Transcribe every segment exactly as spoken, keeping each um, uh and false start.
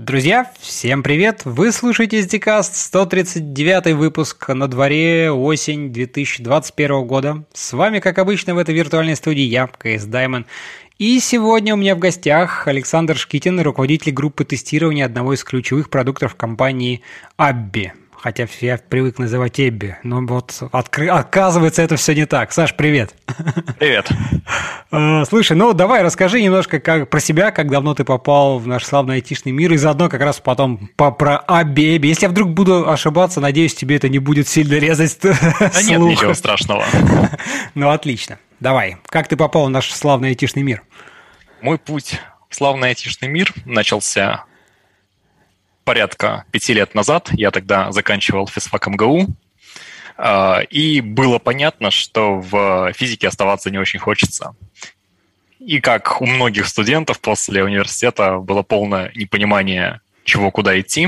друзья, всем привет! Вы слушаете SDCast, сто тридцать девятый выпуск, на дворе осень две тысячи двадцать первого года. С вами, как обычно, в этой виртуальной студии я, КС Даймон. И сегодня у меня в гостях Александр Шкитин, руководитель группы тестирования одного из ключевых продуктов компании Абби. Хотя я привык называть Эбби, но вот откры... оказывается, это все не так. Саш, привет. Привет. Слушай, ну давай расскажи немножко как, про себя, как давно ты попал в наш славный айтишный мир, и заодно как раз потом по, про Абби, Эбби. Если я вдруг буду ошибаться, надеюсь, тебе это не будет сильно резать слух. Да нет, ничего страшного. Ну, отлично. Давай, как ты попал в наш славный айтишный мир? Мой путь в славный айтишный мир начался порядка пяти лет назад. Я тогда заканчивал физфак эм гэ у, и было понятно, что в физике оставаться не очень хочется. И как у многих студентов после университета было полное непонимание, чего, куда идти.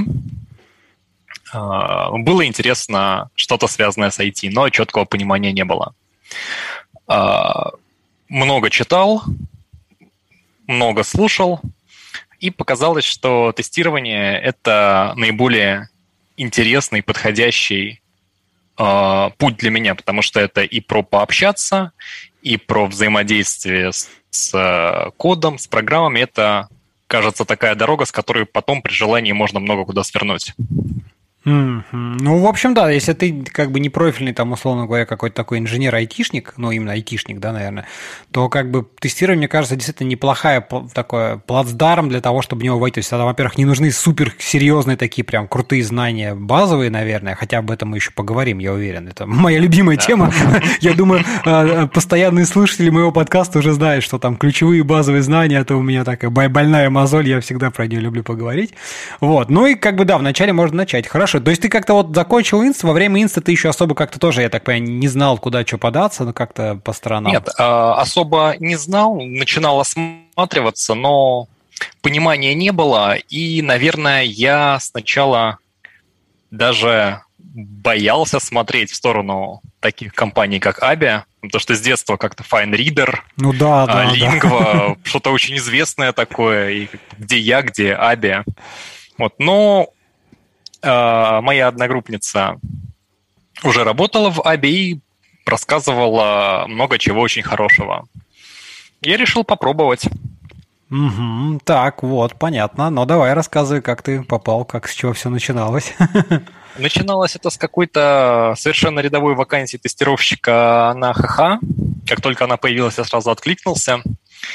Было интересно что-то связанное с ай ти, но четкого понимания не было. Много читал, много слушал, и показалось, что тестирование – это наиболее интересный, подходящий э, путь для меня, потому что это и про пообщаться, и про взаимодействие с, с кодом, с программами. Это, кажется, такая дорога, с которой потом при желании можно много куда свернуть. Mm-hmm. Ну, в общем, да, если ты как бы не профильный, там, условно говоря, какой-то такой инженер-айтишник, ну, именно айтишник, да, наверное, то как бы тестирование, мне кажется, действительно неплохая такой плацдарм для того, чтобы в него войти. То есть, тогда, во-первых, не нужны суперсерьезные такие прям крутые знания базовые, наверное, хотя об этом мы еще поговорим, я уверен. Это моя любимая тема. Я думаю, постоянные слушатели моего подкаста уже знают, что там ключевые базовые знания, это у меня такая больная мозоль, я всегда про нее люблю поговорить. Вот, ну и как бы, да, вначале можно начать. Хорошо. То есть ты как-то вот закончил инст, во время инста ты еще особо как-то тоже, я так понимаю, не знал, куда что податься, но как-то по сторонам. Нет, особо не знал, начинал осматриваться, но понимания не было, и, наверное, я сначала даже боялся смотреть в сторону таких компаний, как Абби, потому что с детства как-то FineReader, ну да, да, Lingua, да. Что-то очень известное такое, и где я, где Абби. Вот, но моя одногруппница уже работала в Абби и рассказывала много чего очень хорошего. Я решил попробовать. Угу, так, вот, понятно. Но давай рассказывай, как ты попал, как с чего все начиналось. Начиналось это с какой-то совершенно рядовой вакансии тестировщика на ха-ха. Как только она появилась, я сразу откликнулся.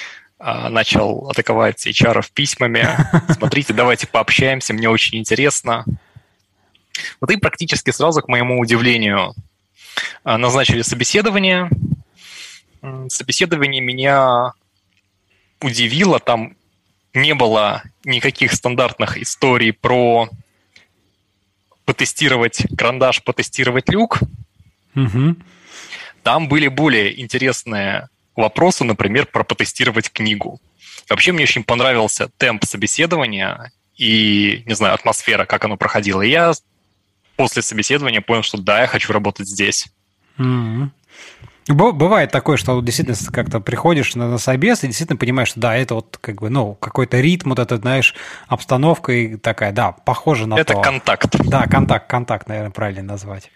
Начал атаковать эйч ар письмами. Смотрите, давайте пообщаемся, мне очень интересно. Вот и практически сразу, к моему удивлению, назначили собеседование. Собеседование меня удивило. Там не было никаких стандартных историй про потестировать карандаш, потестировать люк. Угу. Там были более интересные вопросы, например, про потестировать книгу. Вообще мне очень понравился темп собеседования и, не знаю, атмосфера, как оно проходило. И я после собеседования понял, что да, я хочу работать здесь. Mm-hmm. Бывает такое, что действительно как-то приходишь на, на собес и действительно понимаешь, что да, это вот как бы, ну, какой-то ритм, вот это, знаешь, обстановка и такая, да, похоже на это то. Это контакт. Да, контакт, контакт, наверное, правильно назвать.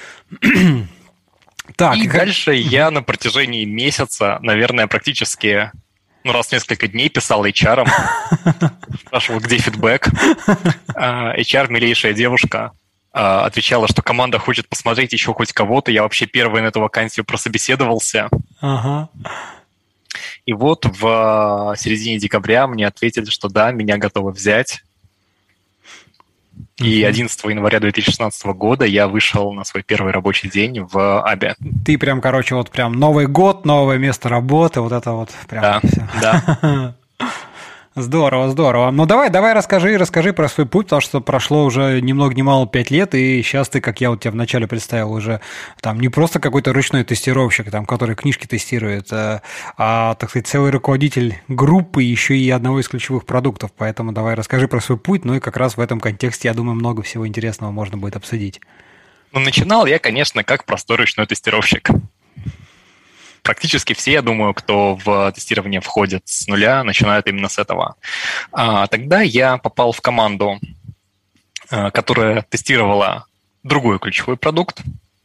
Так, и как... дальше я на протяжении месяца, наверное, практически, ну, раз в несколько дней писал эйч ар, спрашивал, где фидбэк. эйч ар, милейшая девушка, отвечала, что команда хочет посмотреть еще хоть кого-то. Я вообще первый на эту вакансию прособеседовался. Ага. И вот в середине декабря мне ответили, что да, меня готовы взять. И одиннадцатого января две тысячи шестнадцатого года я вышел на свой первый рабочий день в Абби. Ты прям, короче, вот прям Новый год, новое место работы, вот это вот прям да, все. Да. Здорово, здорово. Ну давай, давай расскажи, расскажи про свой путь, потому что прошло уже ни много ни мало пять лет, и сейчас ты, как я вот тебя вначале представил, уже там не просто какой-то ручной тестировщик, там, который книжки тестирует, а, а, так сказать, целый руководитель группы, еще и одного из ключевых продуктов. Поэтому давай расскажи про свой путь, ну и как раз в этом контексте, я думаю, много всего интересного можно будет обсудить. Ну, начинал я, конечно, как простой ручной тестировщик. практически все, я думаю, кто в тестирование входит с нуля, начинают именно с этого. А, тогда я попал в команду, которая тестировала другой ключевой продукт.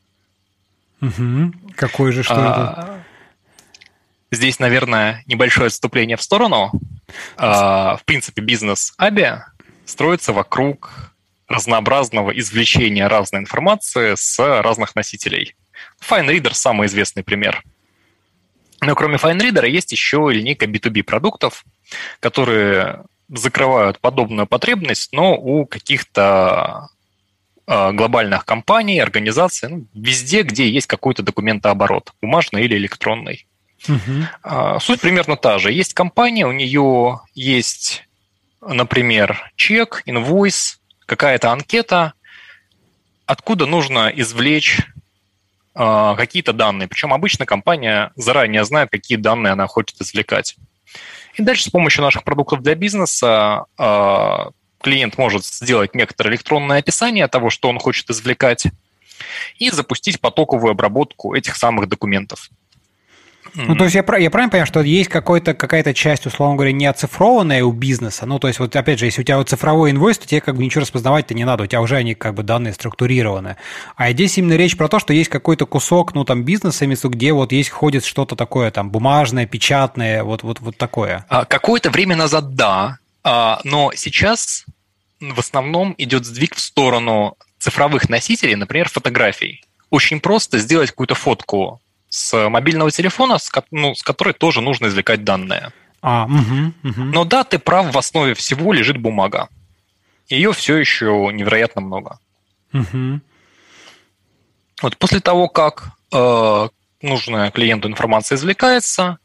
Угу. Какой же, что а, это? Здесь, наверное, небольшое отступление в сторону. А, в принципе, бизнес Аби строится вокруг разнообразного извлечения разной информации с разных носителей. FineReader – самый известный пример. Но кроме FineReader есть еще линейка би ту би продуктов, которые закрывают подобную потребность, но у каких-то э, глобальных компаний, организаций, ну, везде, где есть какой-то документооборот, бумажный или электронный. Uh-huh. Э, суть примерно та же. Есть компания, у нее есть, например, чек, инвойс, какая-то анкета, откуда нужно извлечь э, какие-то данные. Причем обычно компания заранее знает, какие данные она хочет извлекать. И дальше с помощью наших продуктов для бизнеса э, клиент может сделать некоторое электронное описание того, что он хочет извлекать, и запустить потоковую обработку этих самых документов. Ну, то есть я, я правильно понимаю, что есть какой-то, какая-то часть, условно говоря, не оцифрованная у бизнеса? Ну, то есть, вот опять же, если у тебя вот цифровой инвойс, то тебе как бы ничего распознавать-то не надо, у тебя уже они как бы данные структурированы. А здесь именно речь про то, что есть какой-то кусок, ну, там, бизнеса, где вот есть, ходит что-то такое, там, бумажное, печатное, вот, вот, вот такое. Какое-то время назад, да, но сейчас в основном идет сдвиг в сторону цифровых носителей, например, фотографий. Очень просто сделать какую-то фотку с мобильного телефона, с, ну, с которой тоже нужно извлекать данные. А, угу, угу. Но да, ты прав, в основе всего лежит бумага. Ее все еще невероятно много. Угу. Вот после того, как э, нужная клиенту информация извлекается,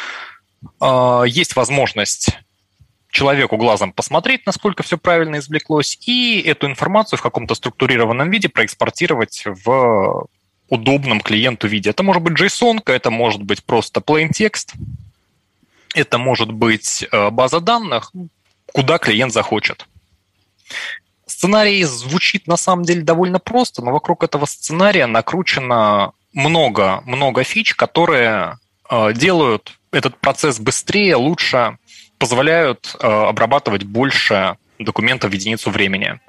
э, есть возможность человеку глазом посмотреть, насколько все правильно извлеклось, и эту информацию в каком-то структурированном виде проэкспортировать в удобном клиенту виде. Это может быть JSON, это может быть просто plain text, это может быть база данных, куда клиент захочет. Сценарий звучит на самом деле довольно просто, но вокруг этого сценария накручено много-много фич, которые делают этот процесс быстрее, лучше, позволяют обрабатывать больше документов в единицу времени.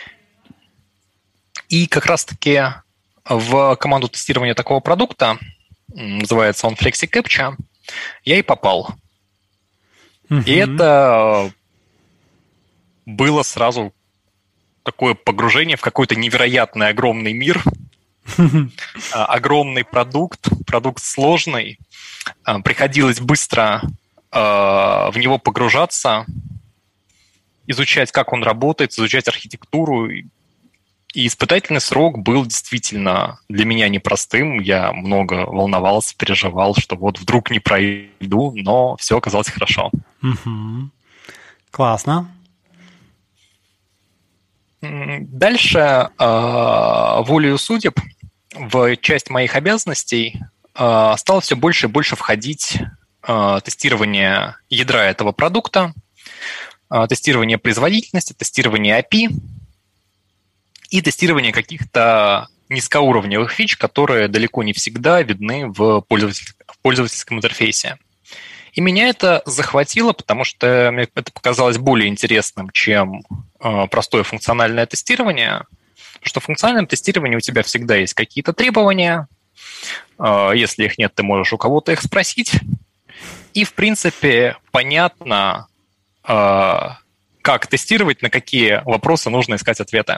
И как раз-таки в команду тестирования такого продукта, называется он FlexiCaptcha, я и попал. Uh-huh. И это было сразу такое погружение в какой-то невероятный огромный мир, uh-huh. огромный продукт, продукт сложный. Приходилось быстро в него погружаться, изучать, как он работает, изучать архитектуру. И испытательный срок был действительно для меня непростым. Я много волновался, переживал, что вот вдруг не пройду, но все оказалось хорошо. Угу. Классно. Дальше, волею судеб, в часть моих обязанностей стало все больше и больше входить тестирование ядра этого продукта, тестирование производительности, тестирование эй пи ай, и тестирование каких-то низкоуровневых фич, которые далеко не всегда видны в пользовательском интерфейсе. И меня это захватило, потому что мне это показалось более интересным, чем простое функциональное тестирование. Потому что в функциональном тестировании у тебя всегда есть какие-то требования. Если их нет, ты можешь у кого-то их спросить. И, в принципе, понятно, как тестировать, на какие вопросы нужно искать ответы.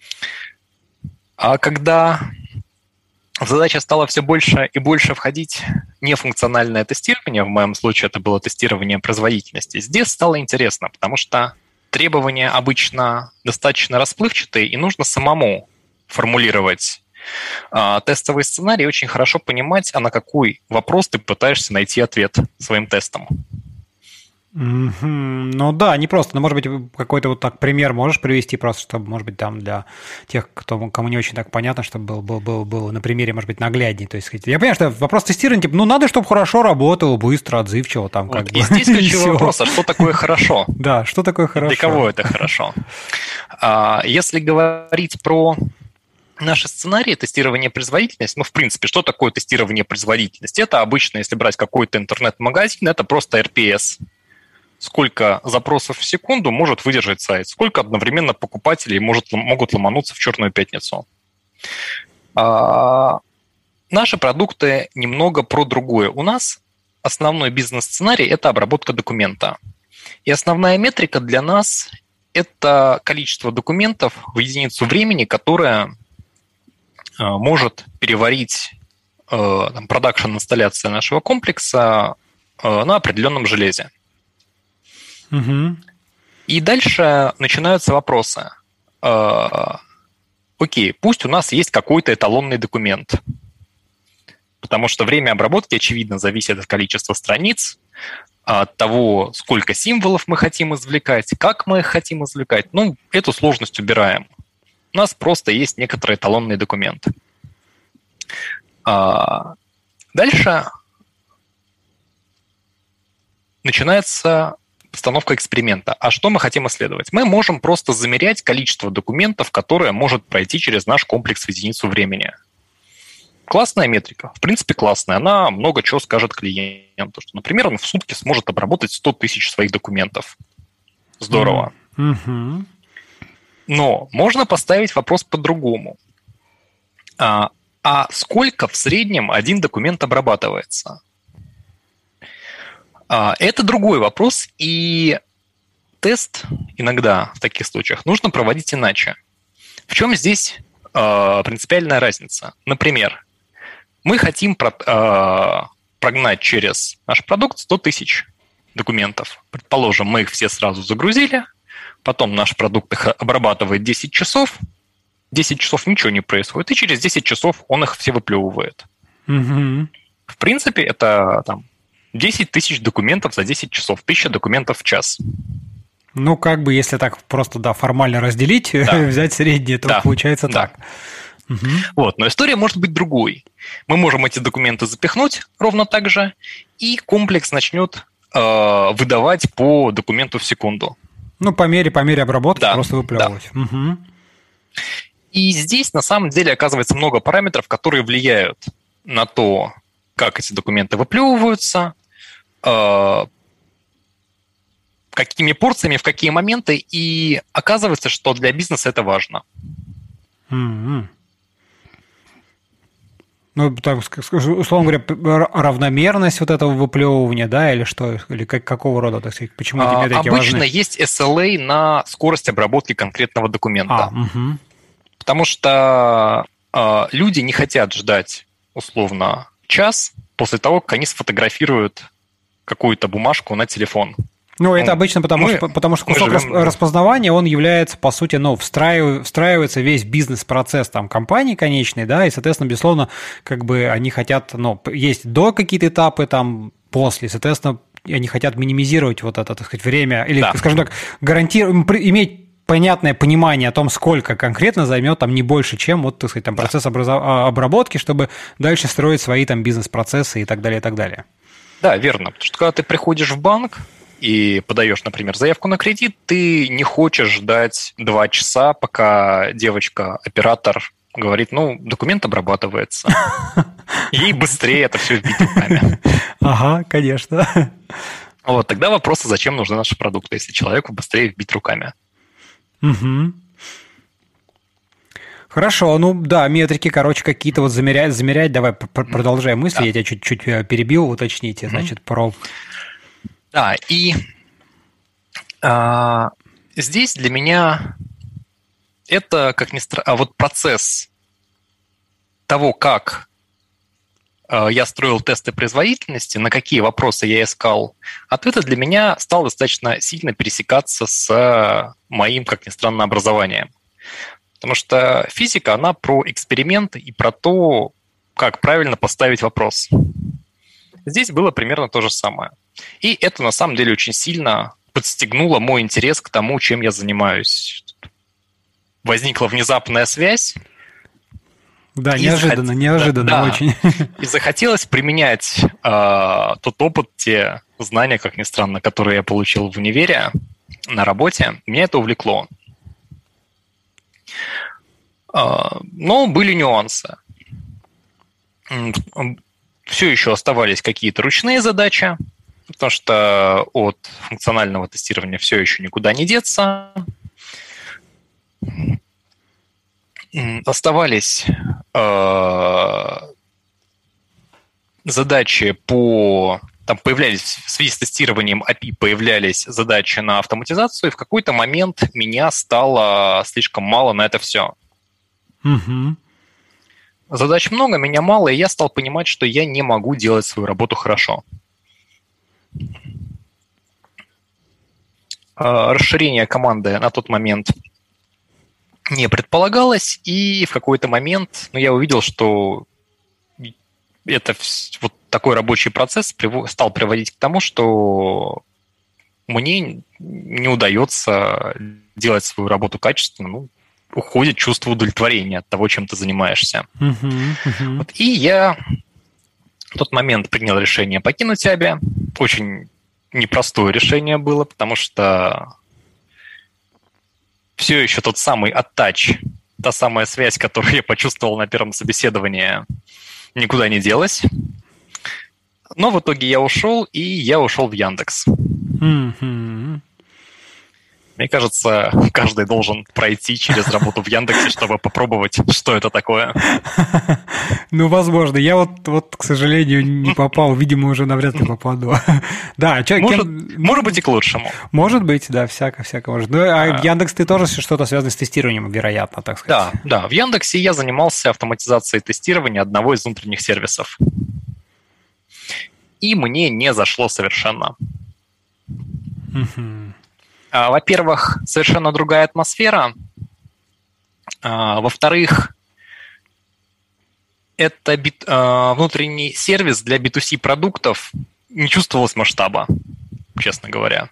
А когда в задачу стало все больше и больше входить нефункциональное тестирование, в моем случае это было тестирование производительности, здесь стало интересно, потому что требования обычно достаточно расплывчатые, и нужно самому формулировать а, тестовый сценарий и очень хорошо понимать, а на какой вопрос ты пытаешься найти ответ своим тестом. Mm-hmm. Ну да, не просто, но, может быть, какой-то вот так пример можешь привести просто, чтобы, может быть, там для тех, кто, кому не очень так понятно, чтобы был, был, был, был на примере, может быть, наглядней. То есть, я понимаю, что вопрос тестирования, типа, ну надо, чтобы хорошо работало, быстро, отзывчиво. Там, вот. Как и бы. Здесь ключевой вопрос, а что такое хорошо? Да, что такое хорошо? Для кого это хорошо? Если говорить про наши сценарии тестирования производительности, ну, в принципе, что такое тестирование производительности? Это обычно, если брать какой-то интернет-магазин, это просто эр пи эс. Сколько запросов в секунду может выдержать сайт, сколько одновременно покупателей может, могут ломануться в Черную пятницу. А, наши продукты немного про другое. У нас основной бизнес-сценарий – это обработка документа. И основная метрика для нас – это количество документов в единицу времени, которое а, может переварить а, продакшн-инсталляция нашего комплекса а, на определенном железе. Угу. И дальше начинаются вопросы. Окей, пусть у нас есть какой-то эталонный документ, потому что время обработки, очевидно, зависит от количества страниц, от того, сколько символов мы хотим извлекать, как мы их хотим извлекать. Ну, эту сложность убираем. У нас просто есть некоторый эталонный документ. Дальше начинается постановка эксперимента. А что мы хотим исследовать? Мы можем просто замерять количество документов, которое может пройти через наш комплекс в единицу времени. Классная метрика. В принципе, классная. Она много чего скажет клиенту. Что, например, он в сутки сможет обработать сто тысяч своих документов. Здорово. Mm-hmm. Но можно поставить вопрос по-другому. А, а сколько в среднем один документ обрабатывается? Это другой вопрос, и тест иногда в таких случаях нужно проводить иначе. В чем здесь э, принципиальная разница? Например, мы хотим про, э, прогнать через наш продукт сто тысяч документов. Предположим, мы их все сразу загрузили, потом наш продукт их обрабатывает десять часов, десять часов ничего не происходит, и через десять часов он их все выплевывает. Mm-hmm. В принципе, это там десять тысяч документов за десять часов, тысяча документов в час. Ну, как бы, если так просто, да, формально разделить, да. взять среднее, то да. получается да. так. Угу. Вот, но история может быть другой. Мы можем эти документы запихнуть ровно так же, и комплекс начнет э, выдавать по документу в секунду. Ну, по мере, по мере обработки да. просто выплевывать. Да. Угу. И здесь, на самом деле, оказывается много параметров, которые влияют на то, как эти документы выплевываются, какими порциями, в какие моменты, и оказывается, что для бизнеса это важно. Mm-hmm. Ну, так, условно говоря, равномерность вот этого выплевывания, да, или что, или как, какого рода, так сказать, почему эти метрики важны? Обычно есть эс эл эй на скорость обработки конкретного документа. А, угу. Потому что э, люди не хотят ждать, условно, час после того, как они сфотографируют какую-то бумажку на телефон. Ну, это ну, обычно потому, мы, что, потому что кусок живем... распознавания, он является, по сути, ну, встраив... встраивается весь бизнес-процесс там компании конечной, да, и, соответственно, безусловно, как бы они хотят, ну, есть до какие-то этапы, там, после, соответственно, они хотят минимизировать вот это, так сказать, время, или, да. скажем так, гарантировать, иметь понятное понимание о том, сколько конкретно займет, там, не больше, чем, вот, так сказать, там, процесс да. образов... обработки, чтобы дальше строить свои, там, бизнес-процессы и так далее, и так далее. Да, верно, потому что когда ты приходишь в банк, и подаешь, например, заявку на кредит, ты не хочешь ждать два часа, пока девочка-оператор говорит, ну, документ обрабатывается. Ей быстрее это все вбить руками. Ага, конечно. Вот, тогда вопрос, зачем нужны наши продукты, если человеку быстрее вбить руками. Угу. Хорошо, ну да, метрики, короче, какие-то вот замерять, замерять. Давай, продолжай мысли, да. Я тебя чуть-чуть перебил, уточните, значит, угу. про... Да, и а, здесь для меня это, как ни странно, а вот процесс того, как а, я строил тесты производительности, на какие вопросы я искал ответы, для меня стал достаточно сильно пересекаться с моим, как ни странно, образованием. Потому что физика, она про эксперименты и про то, как правильно поставить вопрос. Здесь было примерно то же самое. И это, на самом деле, очень сильно подстегнуло мой интерес к тому, чем я занимаюсь. Возникла внезапная связь. Да, неожиданно, захот... неожиданно да, очень. И захотелось применять э, тот опыт, те знания, как ни странно, которые я получил в универе на работе. Меня это увлекло. Но были нюансы. Все еще оставались какие-то ручные задачи, потому что от функционального тестирования все еще никуда не деться. Оставались э, задачи по... Там появлялись в связи с тестированием эй пи ай появлялись задачи на автоматизацию, и в какой-то момент меня стало слишком мало на это все. Угу. Задач много, меня мало, и я стал понимать, что я не могу делать свою работу хорошо. Расширение команды на тот момент не предполагалось, и в какой-то момент ну, я увидел, что это вот такой рабочий процесс стал приводить к тому, что мне не удается делать свою работу качественно, ну, уходит чувство удовлетворения от того, чем ты занимаешься. Uh-huh, uh-huh. Вот, и я в тот момент принял решение покинуть Аби. Очень непростое решение было, потому что все еще тот самый оттач, та самая связь, которую я почувствовал на первом собеседовании, никуда не делась. Но в итоге я ушел, и я ушел в Яндекс. Mm-hmm. Мне кажется, каждый должен пройти через работу в Яндексе, чтобы попробовать, что это такое. Ну, возможно. Я вот, вот, к сожалению, не попал. Видимо, уже навряд ли попаду. Да, чё, может, кем... может быть и к лучшему. Может быть, да, всяко-всяко может. Ну, а в Яндекс ты тоже что-то связано с тестированием, вероятно, так сказать. Да, да. В Яндексе я занимался автоматизацией тестирования одного из внутренних сервисов. И мне не зашло совершенно. Угу. Во-первых, совершенно другая атмосфера. Во-вторых, это бит, внутренний сервис для би ту си продуктов, не чувствовалось масштаба, честно говоря.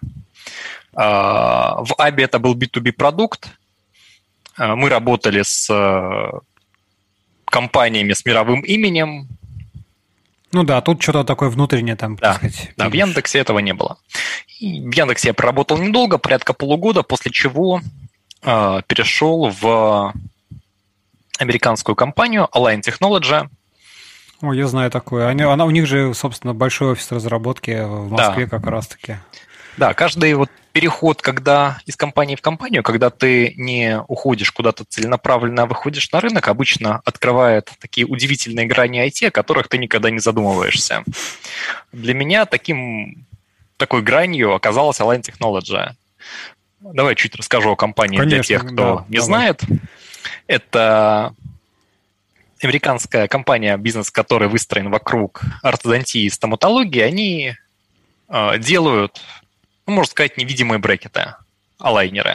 В Аби это был би ту би продукт. Мы работали с компаниями с мировым именем. Ну да, тут что-то такое внутреннее там, да, так сказать. Да, в Яндексе этого не было. И в Яндексе я проработал недолго, порядка полугода, после чего э, перешел в американскую компанию Align Technology. О, я знаю такое. Они, она, у них же, собственно, большой офис разработки в Москве да. как раз-таки. Да, каждый вот переход, когда из компании в компанию, когда ты не уходишь куда-то целенаправленно, а выходишь на рынок, обычно открывает такие удивительные грани ай ти, о которых ты никогда не задумываешься. Для меня таким, такой гранью оказалась Align Technology. Давай чуть расскажу о компании. Конечно, для тех, кто да, не давай. знает. Это американская компания, бизнес которой выстроен вокруг ортодонтии и стоматологии. Они э, делают... Ну, можно сказать, невидимые брекеты, алайнеры.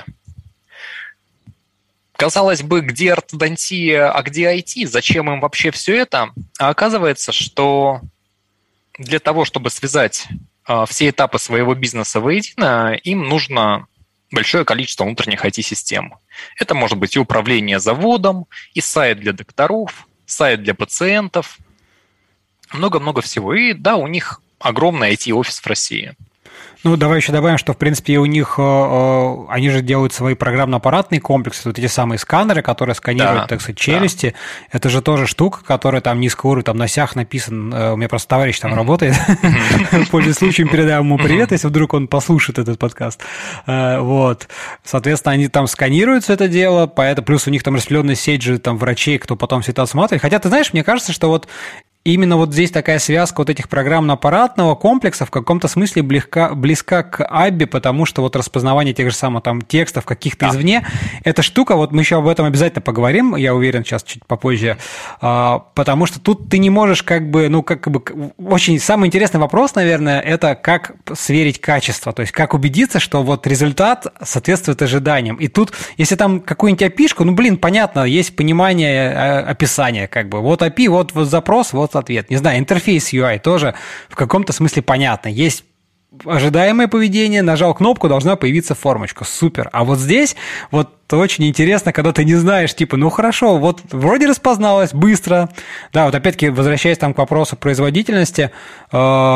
Казалось бы, где ортодонтия, а где ай ти? Зачем им вообще все это? А оказывается, что для того, чтобы связать э, все этапы своего бизнеса воедино, им нужно большое количество внутренних ай ти-систем. Это может быть и управление заводом, и сайт для докторов, сайт для пациентов, много-много всего. И да, у них огромный ай ти-офис в России. Ну, давай еще добавим, что, в принципе, у них, э, они же делают свои программно-аппаратные комплексы, вот эти самые сканеры, которые сканируют, да, так сказать, челюсти. Да. Это же тоже штука, которая там низкоуровневая, там на сях написан, э, у меня просто товарищ там mm-hmm. работает, mm-hmm. пользуясь случаем, передаю ему привет, если вдруг он послушает этот подкаст. Э, вот. Соответственно, они там сканируют все это дело, поэтому плюс у них там распределенная сеть же там врачей, кто потом все это осматривает. Хотя, ты знаешь, мне кажется, что вот именно вот здесь такая связка вот этих программно-аппаратного комплекса в каком-то смысле близка, близка к Аби, потому что вот распознавание тех же самых там текстов каких-то да. извне, эта штука, вот мы еще об этом обязательно поговорим, я уверен, сейчас чуть попозже, потому что тут ты не можешь как бы, ну как бы, очень самый интересный вопрос, наверное, это как сверить качество, то есть как убедиться, что вот результат соответствует ожиданиям. И тут, если там какую-нибудь эй пи-шку, ну блин, понятно, есть понимание описания, как бы, вот эй пи, вот, вот запрос, вот ответ. Не знаю, интерфейс ю ай тоже в каком-то смысле понятно. Есть ожидаемое поведение, нажал кнопку, должна появиться формочка. Супер. А вот здесь вот очень интересно, когда ты не знаешь, типа, ну хорошо, вот вроде распозналось быстро. Да, вот опять-таки, возвращаясь там к вопросу производительности, э-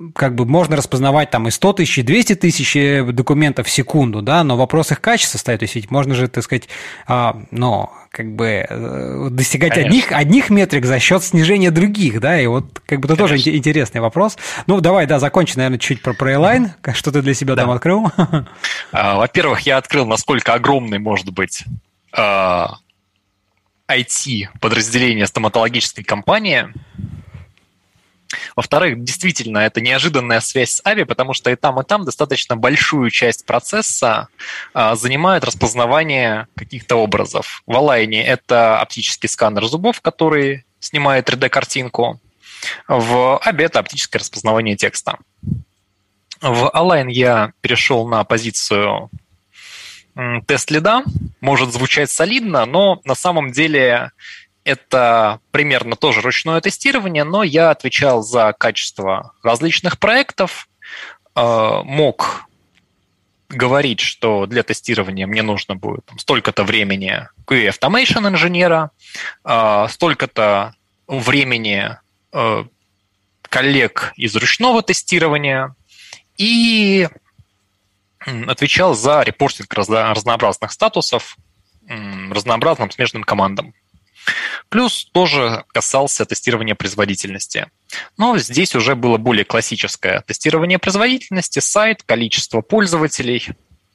как бы можно распознавать там и сто тысяч, и двести тысяч документов в секунду, да, но вопрос их качества стоит. То есть ведь можно же, так сказать, ну, как бы достигать одних, одних метрик за счет снижения других, да, и вот как бы это тоже интересный вопрос. Ну, давай, да, закончи, наверное, чуть про ProAlign, что ты для себя да. там открыл. Во-первых, я открыл, насколько огромный может быть ай ти-подразделение стоматологической компании. Во-вторых, действительно, это неожиданная связь с Ави, потому что и там, и там достаточно большую часть процесса а, занимает распознавание каких-то образов. В Align это оптический сканер зубов, который снимает три дэ-картинку. В Ави это оптическое распознавание текста. В Align я перешел на позицию тест-лида. Может звучать солидно, но на самом деле... Это примерно тоже ручное тестирование, но я отвечал за качество различных проектов, мог говорить, что для тестирования мне нужно будет там, столько-то времени кью эй Automation инженера, столько-то времени коллег из ручного тестирования и отвечал за репортинг разнообразных статусов разнообразным смежным командам. Плюс тоже касался тестирования производительности. Но здесь уже было более классическое тестирование производительности, сайт, количество пользователей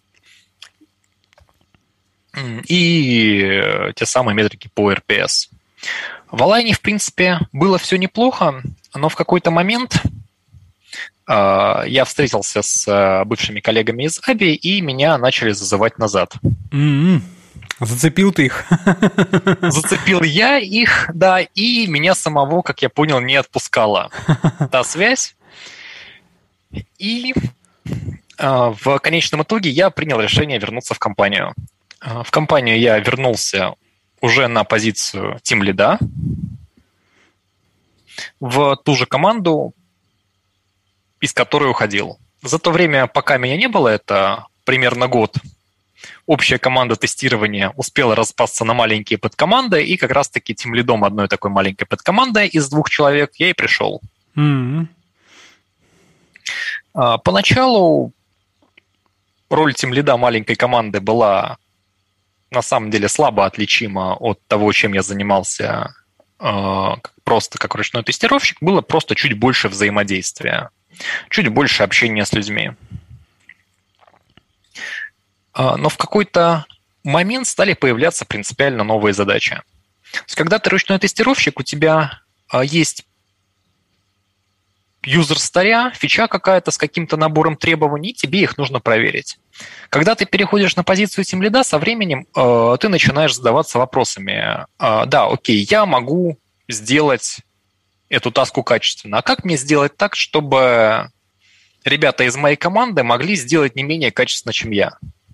и те самые метрики по эр пи эс. В Align, в принципе, было все неплохо, но в какой-то момент э, я встретился с бывшими коллегами из Аби, и меня начали зазывать назад. Mm-hmm. Зацепил ты их? Зацепил я их, да, и меня самого, как я понял, не отпускала та связь. И э, в конечном итоге я принял решение вернуться в компанию. Э, в компанию я вернулся уже на позицию тимлида в ту же команду, из которой уходил. За то время, пока меня не было, это примерно год, общая команда тестирования успела распасться на маленькие подкоманды, и как раз-таки тимлидом одной такой маленькой подкоманды из двух человек я и пришел. Mm-hmm. Поначалу роль тимлида маленькой команды была на самом деле слабо отличима от того, чем я занимался просто как ручной тестировщик. Было просто чуть больше взаимодействия, чуть больше общения с людьми. Но в какой-то момент стали появляться принципиально новые задачи. То есть, когда ты ручной тестировщик, у тебя есть юзер-старя, фича какая-то с каким-то набором требований, тебе их нужно проверить. Когда ты переходишь на позицию тимлида, со временем э, ты начинаешь задаваться вопросами. Э, да, окей, я могу сделать эту таску качественно. А как мне сделать так, чтобы ребята из моей команды могли сделать не менее качественно, чем я?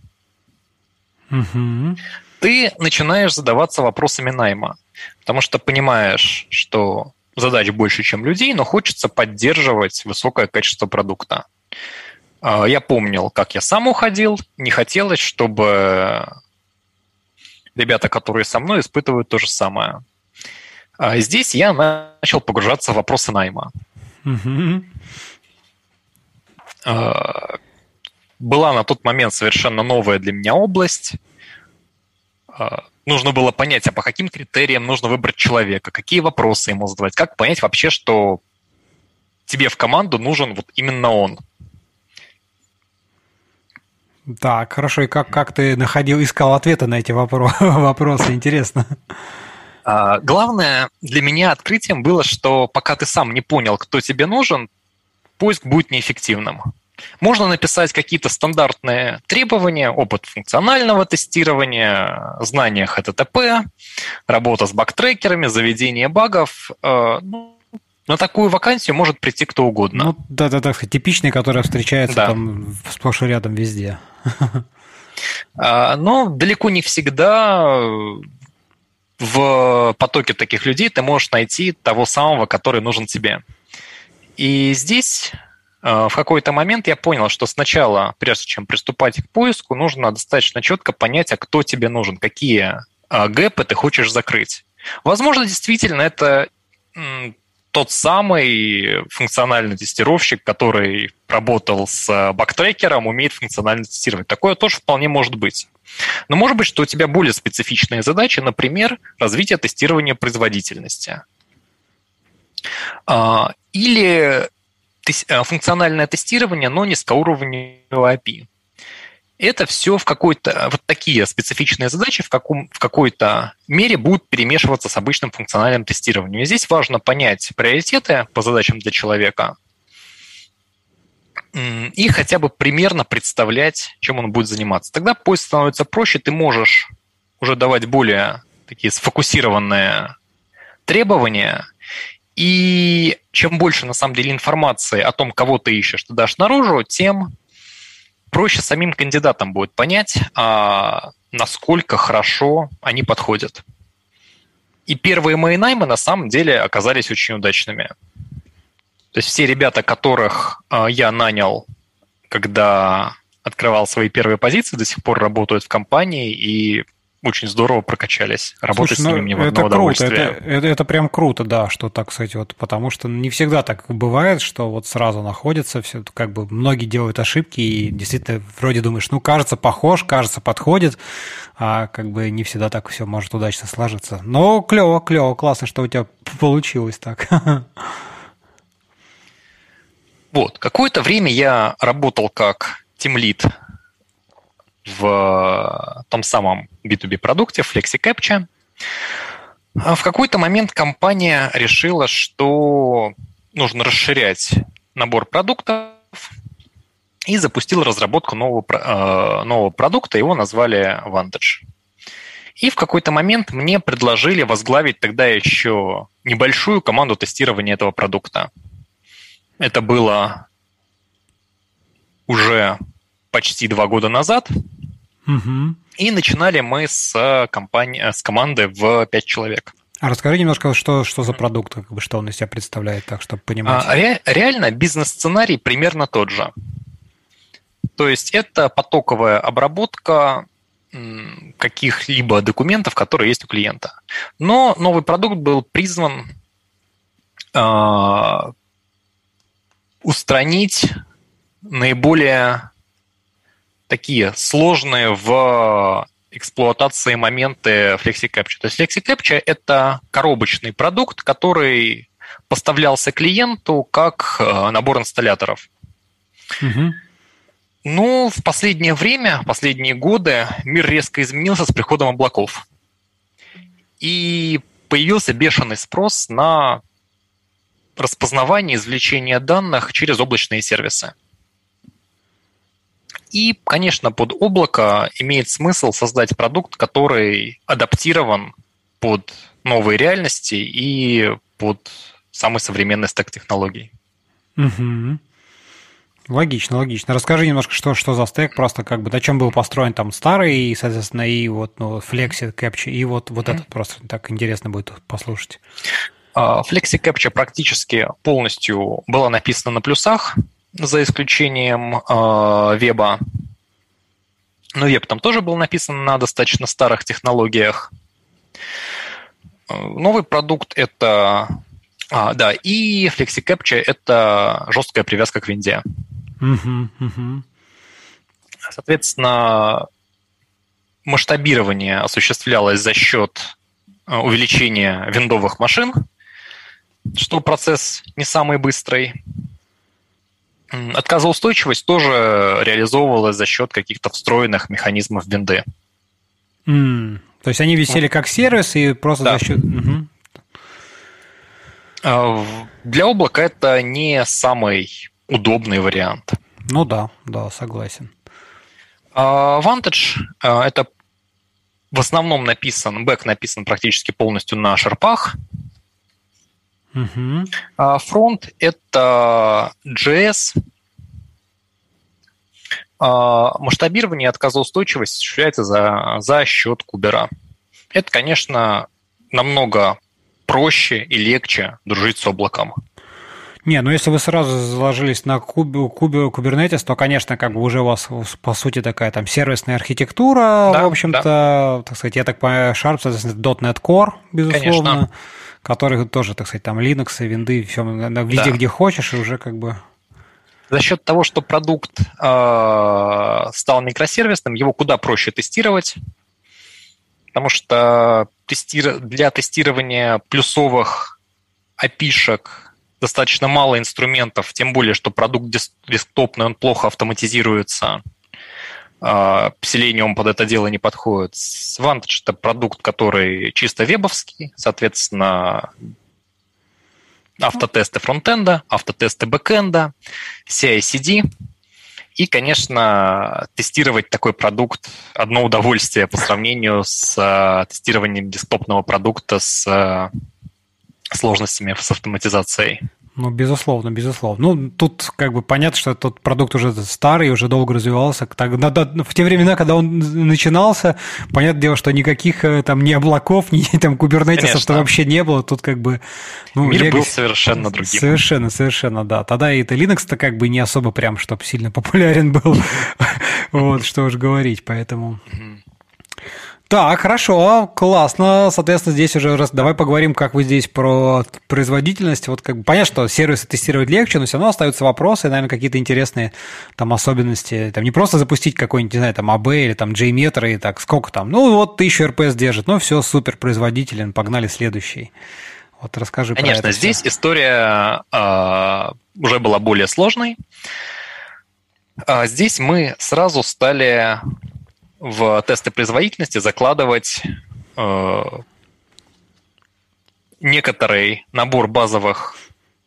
Mm-hmm. Ты начинаешь задаваться вопросами найма, потому что понимаешь, что задач больше, чем людей, но хочется поддерживать высокое качество продукта. Я помнил, как я сам уходил, не хотелось, чтобы ребята, которые со мной, испытывают то же самое. Здесь я начал погружаться в вопросы найма. Mm-hmm. Была на тот момент совершенно новая для меня область. Нужно было понять, а по каким критериям нужно выбрать человека, какие вопросы ему задавать, как понять вообще, что тебе в команду нужен вот именно он. Так, хорошо. И как, как ты находил, искал ответы на эти вопро- вопросы? Интересно. А, главное для меня открытием было, что пока ты сам не понял, кто тебе нужен, поиск будет неэффективным. Можно написать какие-то стандартные требования, опыт функционального тестирования, знания эйч ти ти пи, работа с бактрекерами, заведение багов. Ну, на такую вакансию может прийти кто угодно. Ну, да-да-да, типичный, который встречается да. там сплошь и рядом везде. Но далеко не всегда в потоке таких людей ты можешь найти того самого, который нужен тебе. И здесь в какой-то момент я понял, что сначала, прежде чем приступать к поиску, нужно достаточно четко понять, а кто тебе нужен, какие гэпы ты хочешь закрыть. Возможно, действительно, это тот самый функциональный тестировщик, который работал с бактрекером, умеет функционально тестировать. Такое тоже вполне может быть. Но может быть, что у тебя более специфичные задачи, например, развитие тестирования производительности. Или функциональное тестирование, но низкоуровневого эй пи ай. Это все в какой-то, вот такие специфичные задачи в, каком, в какой-то мере будут перемешиваться с обычным функциональным тестированием. И здесь важно понять приоритеты по задачам для человека и хотя бы примерно представлять, чем он будет заниматься. Тогда поиск становится проще, ты можешь уже давать более такие сфокусированные требования, и чем больше на самом деле информации о том, кого ты ищешь, ты дашь наружу, тем проще самим кандидатам будет понять, а, насколько хорошо они подходят. И первые мои наймы на самом деле оказались очень удачными. То есть все ребята, которых а, я нанял, когда открывал свои первые позиции, до сих пор работают в компании и очень здорово прокачались. Работать Слушай, с ними мне в это одно круто, удовольствие. Это, это, это прям круто, да, что так сказать, вот, потому что не всегда так бывает, что вот сразу находится, все, как бы многие делают ошибки, и действительно вроде думаешь, ну, кажется, похож, кажется, подходит, а как бы не всегда так все может удачно сложиться. Но клево, клево, классно, что у тебя получилось так. Вот, какое-то время я работал как тимлид в том самом би ту би продукте FlexiCaptcha. В какой-то момент компания решила, что нужно расширять набор продуктов и запустила разработку нового, нового продукта, его назвали Vantage. И в какой-то момент мне предложили возглавить тогда еще небольшую команду тестирования этого продукта. Это было уже почти два года назад. Угу. И начинали мы с, компании, с команды в пять человек. А расскажи немножко, что, что за продукт, как бы, что он из себя представляет, так, чтобы понимать. А, ре, реально бизнес-сценарий примерно тот же. То есть это потоковая обработка каких-либо документов, которые есть у клиента. Но новый продукт был призван э, устранить наиболее такие сложные в эксплуатации моменты FlexiCaptcha. То есть FlexiCaptcha – это коробочный продукт, который поставлялся клиенту как набор инсталляторов. Угу. Ну, в последнее время, последние годы мир резко изменился с приходом облаков. И появился бешеный спрос на распознавание и извлечение данных через облачные сервисы. И, конечно, под облако имеет смысл создать продукт, который адаптирован под новые реальности и под самый современный стек технологий. Угу. Логично, логично. Расскажи немножко, что, что за стек, просто как бы на чем был построен там старый, и, соответственно, и вот ну, FlexiCaptcha, и вот, вот mm-hmm. этот просто так интересно будет послушать. Uh, FlexiCaptcha практически полностью была написана на плюсах, за исключением uh, веба. Но веб там тоже был написан на достаточно старых технологиях. Uh, новый продукт – это… А, да, и FlexiCaptcha – это жесткая привязка к винде. Uh-huh, uh-huh. Соответственно, масштабирование осуществлялось за счет увеличения виндовых машин, что процесс не самый быстрый. Отказоустойчивость тоже реализовывалась за счет каких-то встроенных механизмов винды. Mm. То есть они висели как сервис и просто да. за счет… Угу. Для облака это не самый удобный вариант. Ну да, да, согласен. Vantage – это в основном написан, бэк написан практически полностью на шарпах. Угу. Фронт – это джей эс. Масштабирование и отказоустойчивость осуществляется за, за счет кубера. Это, конечно, намного проще и легче дружить с облаком. Не, ну если вы сразу заложились на кубе, кубе, Kubernetes, то, конечно, как бы уже у вас, по сути, такая там сервисная архитектура, да, в общем-то, да. Так сказать, я так понимаю, Sharp, соответственно, .дот нет Core, безусловно. Конечно. Который тоже, так сказать, там Linux, винды, все, везде, да. где хочешь, и уже как бы... За счет того, что продукт э, стал микросервисным, его куда проще тестировать, потому что тести... для тестирования плюсовых эй пи ай-шек достаточно мало инструментов, тем более, что продукт десктопный, он плохо автоматизируется. Selenium под это дело не подходит. Vantage – это продукт, который чисто вебовский, соответственно, автотесты фронтенда, автотесты бэкенда, си ай си ди. И, конечно, тестировать такой продукт – одно удовольствие по сравнению с тестированием десктопного продукта с сложностями с автоматизацией. Ну, безусловно, безусловно. Ну, тут как бы понятно, что тот продукт уже старый, уже долго развивался. Так, в те времена, когда он начинался, понятное дело, что никаких там ни облаков, ни там кубернетисов вообще не было. Тут как бы... Ну, мир legacy... был совершенно другим. Совершенно, совершенно, да. Тогда и это Linux-то как бы не особо прям, чтобы сильно популярен был. Вот, что уж говорить, поэтому... Так, хорошо, классно. Соответственно, здесь уже раз давай поговорим, как вы здесь про производительность. Вот как бы понятно, что сервисы тестировать легче, но все равно остаются вопросы, наверное, какие-то интересные там особенности. Там не просто запустить какой-нибудь, не знаю, там эй би или там JMeter и так сколько там. Ну вот тысячу эр пи эс держит, ну все, супер, производителен, погнали следующий. Вот расскажи Конечно, про это. Здесь все. история э, уже была более сложной. А здесь мы сразу стали в тесты производительности закладывать э, некоторый набор базовых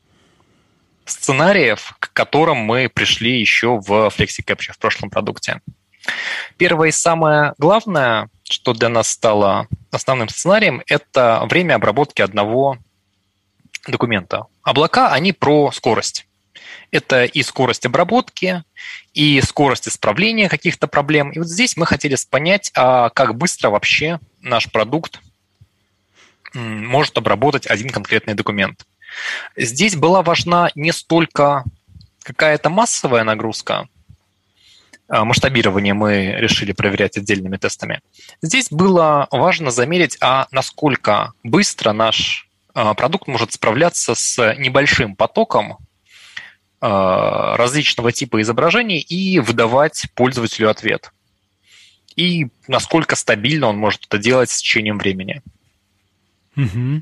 сценариев, к которым мы пришли еще в FlexiCapture в прошлом продукте. Первое и самое главное, что для нас стало основным сценарием, это время обработки одного документа. Облака, они про скорость. Это и скорость обработки, и скорость исправления каких-то проблем. И вот здесь мы хотели понять, а как быстро вообще наш продукт может обработать один конкретный документ. Здесь была важна не столько какая-то массовая нагрузка, масштабирование мы решили проверять отдельными тестами. Здесь было важно замерить, а насколько быстро наш продукт может справляться с небольшим потоком различного типа изображений и выдавать пользователю ответ. И насколько стабильно он может это делать с течением времени. Mm-hmm.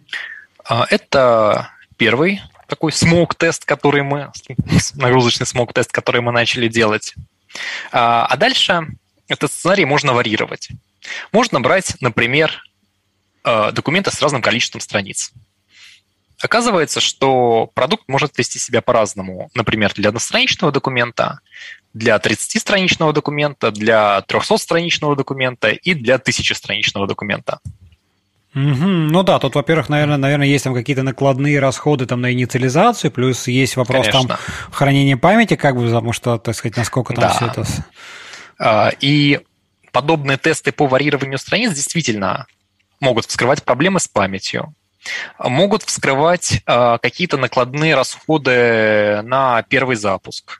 Это первый такой смог-тест, который мы, нагрузочный смог-тест, который мы начали делать. А дальше этот сценарий можно варьировать. Можно брать, например, документы с разным количеством страниц. Оказывается, что продукт может вести себя по-разному. Например, для одностраничного документа, для тридцатистраничного документа, для трехсотстраничного документа и для тысячестраничного документа. Угу. Ну да, тут, во-первых, наверное, наверное, есть там какие-то накладные расходы там на инициализацию, плюс есть вопрос Конечно. Там хранения памяти, как бы, потому что, так сказать, насколько там да. все это... И подобные тесты по варьированию страниц действительно могут вскрывать проблемы с памятью, могут вскрывать э, какие-то накладные расходы на первый запуск,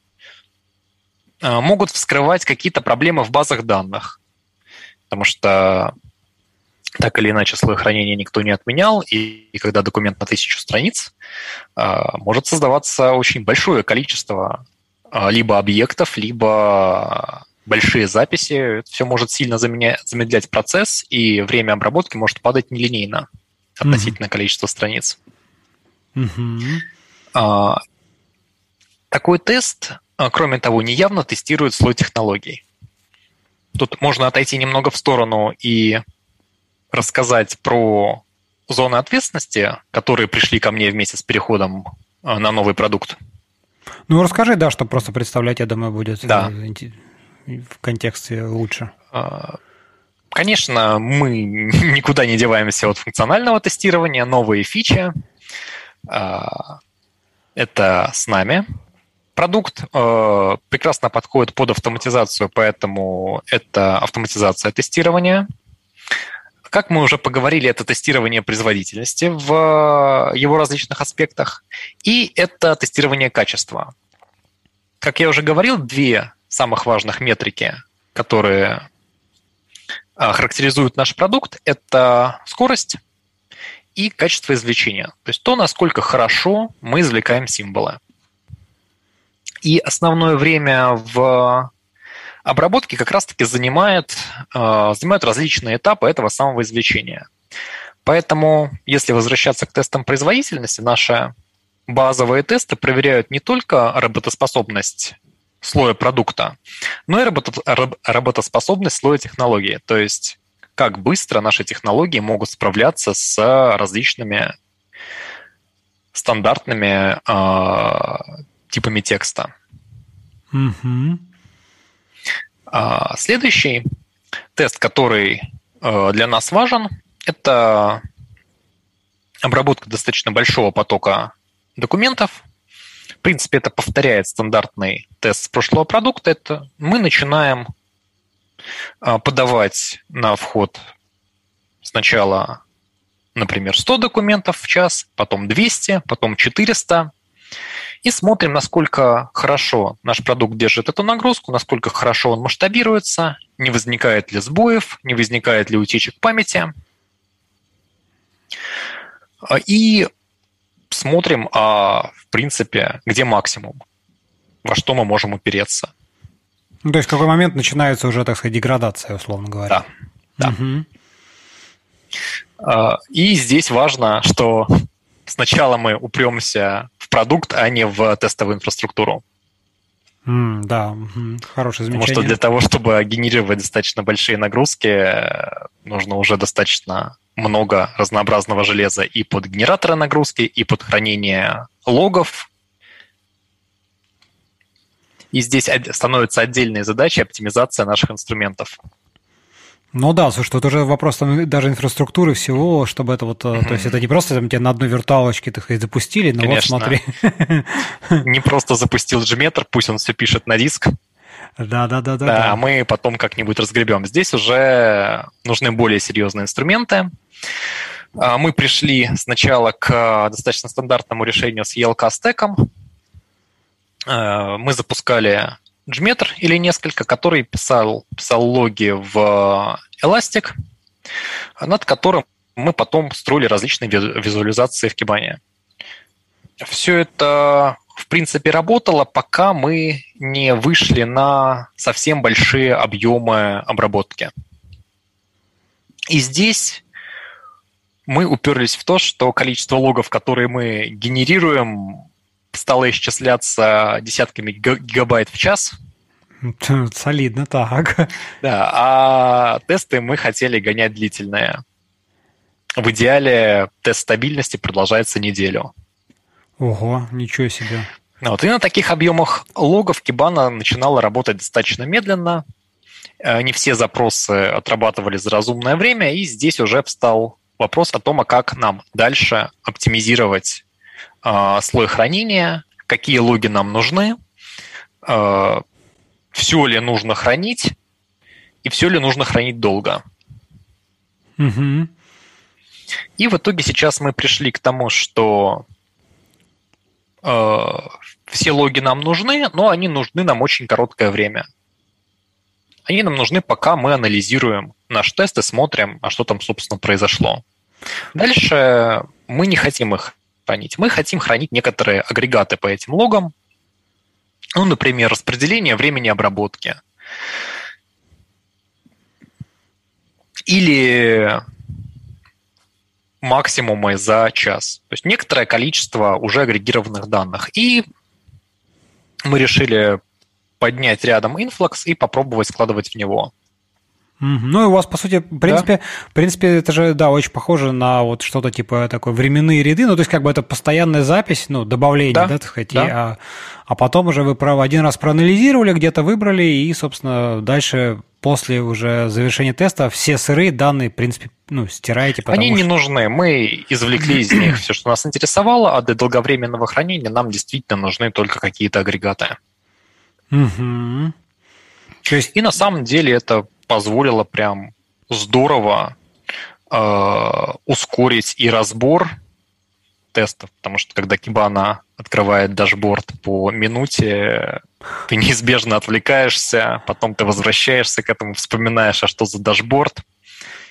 э, могут вскрывать какие-то проблемы в базах данных, потому что так или иначе слой хранения никто не отменял, и, и когда документ на тысячу страниц, э, может создаваться очень большое количество э, либо объектов, либо большие записи. Это все может сильно заменя- замедлять процесс, и время обработки может падать нелинейно относительно mm-hmm. количества страниц. Mm-hmm. А, такой тест, кроме того, неявно тестирует слой технологий. Тут можно отойти немного в сторону и рассказать про зоны ответственности, которые пришли ко мне вместе с переходом на новый продукт. Ну, расскажи, да, чтобы просто представлять, я думаю, будет да. в контексте лучше. Конечно, мы никуда не деваемся от функционального тестирования, новые фичи. Это с нами. Продукт прекрасно подходит под автоматизацию, поэтому это автоматизация тестирования. Как мы уже поговорили, это тестирование производительности в его различных аспектах, и это тестирование качества. Как я уже говорил, две самых важных метрики, которые характеризуют наш продукт, это скорость и качество извлечения. То есть то, насколько хорошо мы извлекаем символы. И основное время в обработке как раз-таки занимает, занимают различные этапы этого самого извлечения. Поэтому, если возвращаться к тестам производительности, наши базовые тесты проверяют не только работоспособность слоя продукта, но и работоспособность слоя технологии. То есть, как быстро наши технологии могут справляться с различными стандартными э, типами текста. Mm-hmm. А, следующий тест, который э, для нас важен, это обработка достаточно большого потока документов. В принципе, это повторяет стандартный тест с прошлого продукта. Это мы начинаем э, подавать на вход сначала, например, сто документов в час, потом двести, потом четыреста. И смотрим, насколько хорошо наш продукт держит эту нагрузку, насколько хорошо он масштабируется, не возникает ли сбоев, не возникает ли утечек памяти. И смотрим, а, в принципе, где максимум, во что мы можем упереться. Ну, то есть в какой момент начинается уже, так сказать, деградация, условно говоря. Да, да. Угу. И здесь важно, что сначала мы упремся в продукт, а не в тестовую инфраструктуру. Mm, да, mm, хорошее замечание. Потому что для того, чтобы генерировать достаточно большие нагрузки, нужно уже достаточно много разнообразного железа и под генераторы нагрузки, и под хранение логов. И здесь становится отдельной задачей оптимизация наших инструментов. Ну да, слушай, тут уже вопрос там, даже инфраструктуры всего, чтобы это вот, mm-hmm. то есть это не просто там тебя на одной виртуалочке, так сказать, запустили, но Конечно. Вот смотри. Не просто запустил Gmeter, пусть он все пишет на диск. Да-да-да. Да, а мы потом как-нибудь разгребем. Здесь уже нужны более серьезные инструменты. Мы пришли сначала к достаточно стандартному решению с и эл кей-стеком. Мы запускали Gmeter или несколько, который писал, писал логи в Elastic, над которым мы потом строили различные визуализации в Kibana. Все это, в принципе, работало, пока мы не вышли на совсем большие объемы обработки. И здесь мы уперлись в то, что количество логов, которые мы генерируем, стало исчисляться десятками гигабайт в час. Солидно, так. Да, а тесты мы хотели гонять длительные. В идеале тест стабильности продолжается неделю. Ого, ничего себе. Вот, и на таких объемах логов Kibana начинала работать достаточно медленно. Не все запросы отрабатывали за разумное время, и здесь уже встал вопрос о том, а как нам дальше оптимизировать э, слой хранения, какие логи нам нужны, э, все ли нужно хранить, и все ли нужно хранить долго. Угу. И в итоге сейчас мы пришли к тому, что э, все логи нам нужны, но они нужны нам очень короткое время. Они нам нужны, пока мы анализируем наш тест и смотрим, а что там, собственно, произошло. Дальше мы не хотим их хранить. Мы хотим хранить некоторые агрегаты по этим логам. Ну, например, распределение времени обработки. Или максимумы за час. То есть некоторое количество уже агрегированных данных. И мы решили поднять рядом инфлакс и попробовать складывать в него. Ну, и у вас, по сути, в принципе, да? в принципе, это же, да, очень похоже на вот что-то типа такой временные ряды, ну, то есть как бы это постоянная запись, ну, добавление, да, да так сказать, да. И, а, а потом уже вы один раз проанализировали, где-то выбрали, и, собственно, дальше после уже завершения теста все сырые данные, в принципе, ну, стираете. Они что... не нужны, мы извлекли из них все, что нас интересовало, а для долговременного хранения нам действительно нужны только какие-то агрегаты. Угу. То есть... И на самом деле это позволило прям здорово э, ускорить и разбор тестов, потому что когда Kibana открывает дашборд по минуте, ты неизбежно отвлекаешься, потом ты возвращаешься к этому, вспоминаешь, а что за дашборд,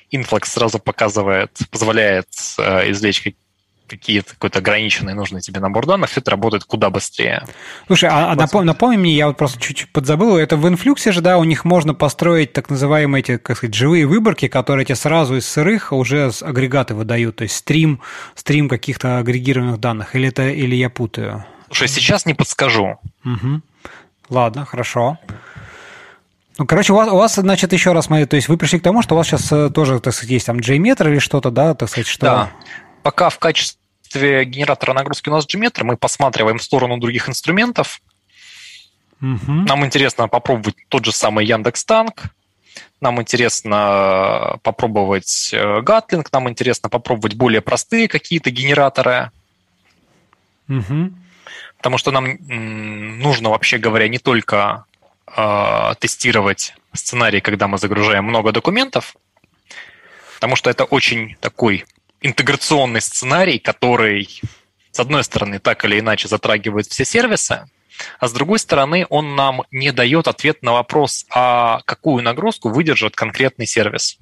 Influx сразу показывает, позволяет извлечь какие-то какой-то ограниченный нужный тебе набор данных, все это работает куда быстрее. Слушай, а, а напомни, напомни мне, я вот просто чуть-чуть подзабыл, это в Influx же, да, у них можно построить так называемые эти, как сказать, живые выборки, которые тебе сразу из сырых уже агрегаты выдают, то есть стрим, стрим каких-то агрегированных данных, или это, или я путаю? Слушай, сейчас не подскажу. Угу. Ладно, хорошо. Ну, короче, у вас, у вас, значит, еще раз, смотри, то есть вы пришли к тому, что у вас сейчас тоже, так сказать, есть там JMeter или что-то, да, так сказать, что... Да. Пока в качестве генератора нагрузки у нас JMeter, мы посматриваем в сторону других инструментов. Угу. Нам интересно попробовать тот же самый Яндекс.Танк, нам интересно попробовать Gatling, нам интересно попробовать более простые какие-то генераторы. Угу. Потому что нам нужно, вообще говоря, не только э, тестировать сценарий, когда мы загружаем много документов, потому что это очень такой интеграционный сценарий, который, с одной стороны, так или иначе затрагивает все сервисы, а с другой стороны, он нам не дает ответ на вопрос, а какую нагрузку выдержит конкретный сервис.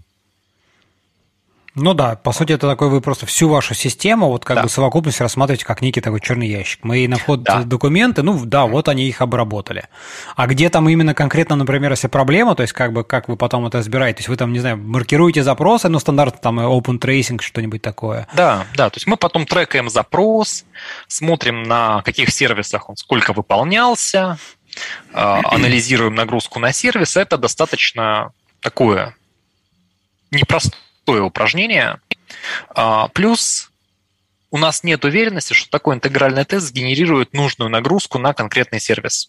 Ну да, по сути, это такой вы просто всю вашу систему, вот как да. бы совокупность рассматриваете как некий такой черный ящик. Мы на вход да. документы, ну да, вот они их обработали. А где там именно конкретно, например, если проблема, то есть как бы как вы потом это разбираете, то есть вы там, не знаю, маркируете запросы, ну стандартно там open tracing, что-нибудь такое. Да, да, то есть мы потом трекаем запрос, смотрим на каких сервисах он сколько выполнялся, анализируем нагрузку на сервис. Это достаточно такое непростое упражнение. Плюс у нас нет уверенности, что такой интегральный тест сгенерирует нужную нагрузку на конкретный сервис.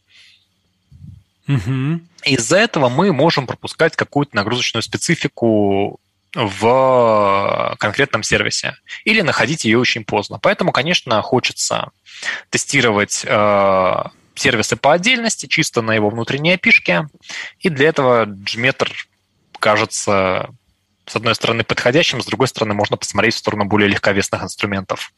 Угу. Из-за этого мы можем пропускать какую-то нагрузочную специфику в конкретном сервисе или находить ее очень поздно. Поэтому, конечно, хочется тестировать э, сервисы по отдельности, чисто на его внутренней эй пи ай-шке, и для этого JMeter кажется, с одной стороны, подходящим, с другой стороны, можно посмотреть в сторону более легковесных инструментов.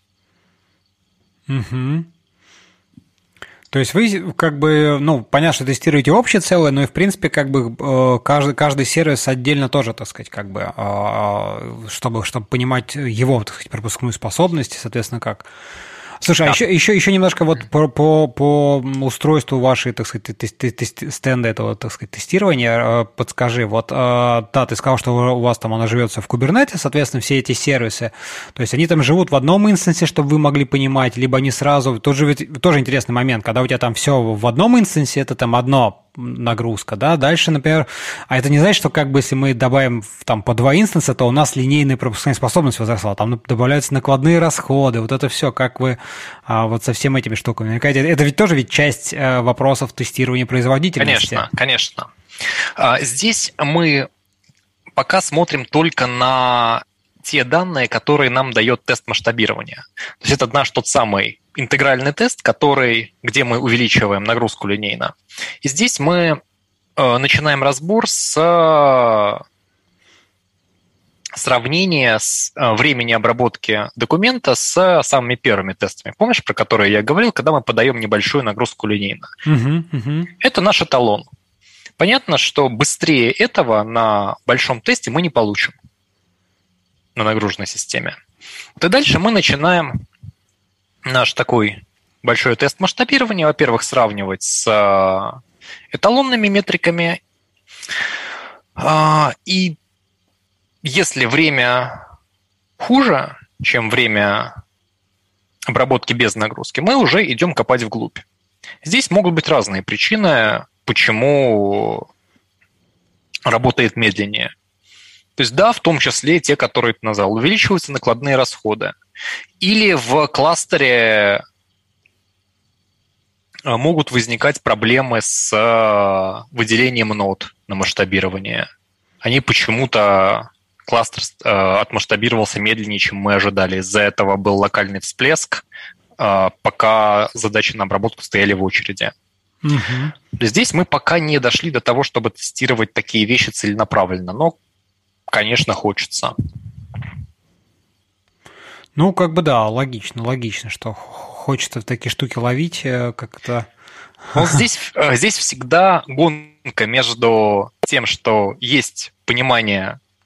Угу. То есть вы как бы, ну, понятно, что тестируете общее целое, но и в принципе как бы каждый, каждый сервис отдельно тоже, так сказать, как бы, чтобы, чтобы понимать его, так сказать, пропускную способность, соответственно, как... Слушай, да. а еще, еще, еще немножко вот по, по, по устройству вашей, так сказать, стенда этого, так сказать, тестирования подскажи. Вот, да, ты сказал, что у вас там она живется в Kubernetes, соответственно, все эти сервисы, то есть они там живут в одном инстансе, чтобы вы могли понимать, либо они сразу... Тут же ведь тоже интересный момент, когда у тебя там все в одном инстансе, это там одно нагрузка, да, дальше, например, а это не значит, что как бы если мы добавим там по два инстанса, то у нас линейная пропускная способность возросла, там добавляются накладные расходы, вот это все, как вы а, вот со всеми этими штуками. Это ведь тоже ведь часть вопросов тестирования производительности. Конечно, конечно. Здесь мы пока смотрим только на те данные, которые нам дает тест масштабирования. То есть это наш тот самый интегральный тест, который, где мы увеличиваем нагрузку линейно. И здесь мы э, начинаем разбор с э, сравнения с э, времени обработки документа с самыми первыми тестами. Помнишь, про которые я говорил, когда мы подаем небольшую нагрузку линейно? Uh-huh, uh-huh. Это наш эталон. Понятно, что быстрее этого на большом тесте мы не получим на нагруженной системе. Вот и дальше мы начинаем наш такой большой тест масштабирования, во-первых, сравнивать с эталонными метриками. И если время хуже, чем время обработки без нагрузки, мы уже идем копать вглубь. Здесь могут быть разные причины, почему работает медленнее. То есть, да, в том числе те, которые ты назвал, увеличиваются накладные расходы. Или в кластере могут возникать проблемы с выделением нод на масштабирование. Они почему-то, кластер отмасштабировался медленнее, чем мы ожидали. Из-за этого был локальный всплеск, пока задачи на обработку стояли в очереди. Угу. Здесь мы пока не дошли до того, чтобы тестировать такие вещи целенаправленно, но конечно, хочется. Ну, как бы да, логично, логично, что хочется такие штуки ловить как-то. Но здесь, здесь всегда гонка между тем, что есть понимание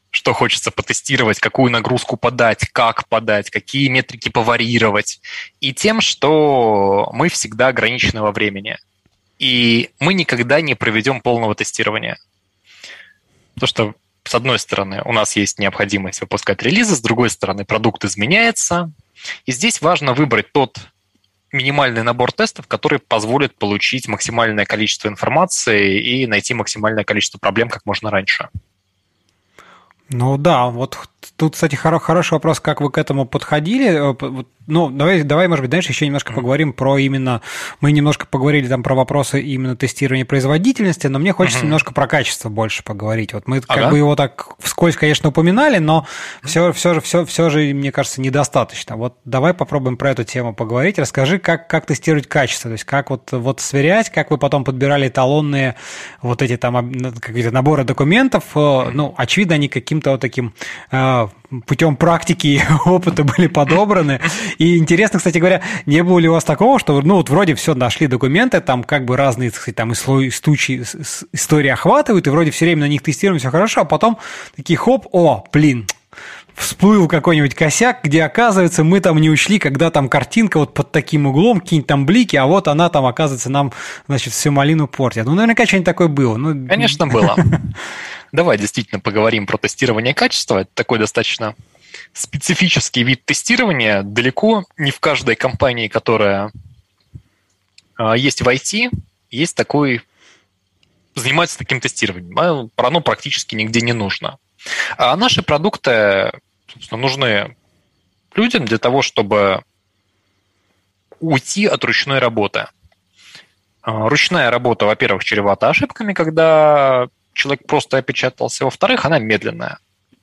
что хочется потестировать, какую нагрузку подать, как подать, какие метрики поварьировать, и тем, что мы всегда ограничены во времени. И мы никогда не проведем полного тестирования. Потому что, с одной стороны, у нас есть необходимость выпускать релизы, с другой стороны, продукт изменяется. И здесь важно выбрать тот минимальный набор тестов, который позволит получить максимальное количество информации и найти максимальное количество проблем как можно раньше. Ну да, вот тут, кстати, хороший вопрос, как вы к этому подходили. Ну, давай, давай, может быть, дальше еще немножко поговорим про именно... Мы немножко поговорили там про вопросы именно тестирования производительности, но мне хочется uh-huh. немножко про качество больше поговорить. Вот мы ага. как бы его так вскользь, конечно, упоминали, но все, все, же, все, все же, мне кажется, недостаточно. Вот давай попробуем про эту тему поговорить. Расскажи, как, как тестировать качество, то есть как вот, вот сверять, как вы потом подбирали эталонные вот эти там какие-то наборы документов. Ну, очевидно, они каким-то вот таким... путем практики и опыта были подобраны. И интересно, кстати говоря, не было ли у вас такого, что ну вот вроде все нашли документы, там как бы разные, так сказать, там истории, истории охватывают, и вроде все время на них тестируем, все хорошо, а потом такие хоп, о, блин, всплыл какой-нибудь косяк, где, оказывается, мы там не учли, когда там картинка вот под таким углом, какие-нибудь там блики, а вот она там, оказывается, нам, значит, всю малину портит. Ну, наверняка что-нибудь такое было. Ну... Конечно, было. Давай действительно поговорим про тестирование качества. Это такой достаточно специфический вид тестирования. Далеко не в каждой компании, которая есть в ай ти, есть такой, занимается таким тестированием. Оно практически нигде не нужно. А наши продукты, собственно, нужны людям для того, чтобы уйти от ручной работы. Ручная работа, во-первых, чревата ошибками, когда человек просто опечатался. Во-вторых, она медленная.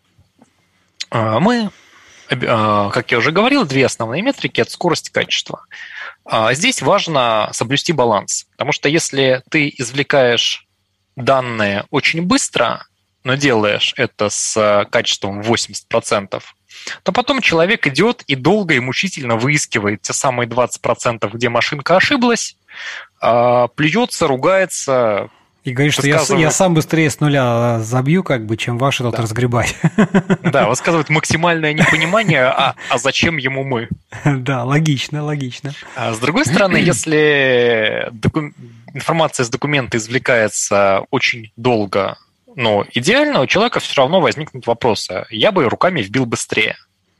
Мы, как я уже говорил, две основные метрики – это скорость и качество. Здесь важно соблюсти баланс, потому что если ты извлекаешь данные очень быстро, но делаешь это с качеством восемьдесят процентов, то потом человек идет и долго и мучительно выискивает те самые двадцать процентов, где машинка ошиблась, плюется, ругается. И говорит, что я, я сам быстрее с нуля забью, как бы, чем ваши тут да. разгребать. Да, высказывает максимальное непонимание, а, а зачем ему мы? Да, логично, логично. А с другой стороны, если доку... информация из документа извлекается очень долго, но идеально, у человека все равно возникнут вопросы. Я бы руками вбил быстрее.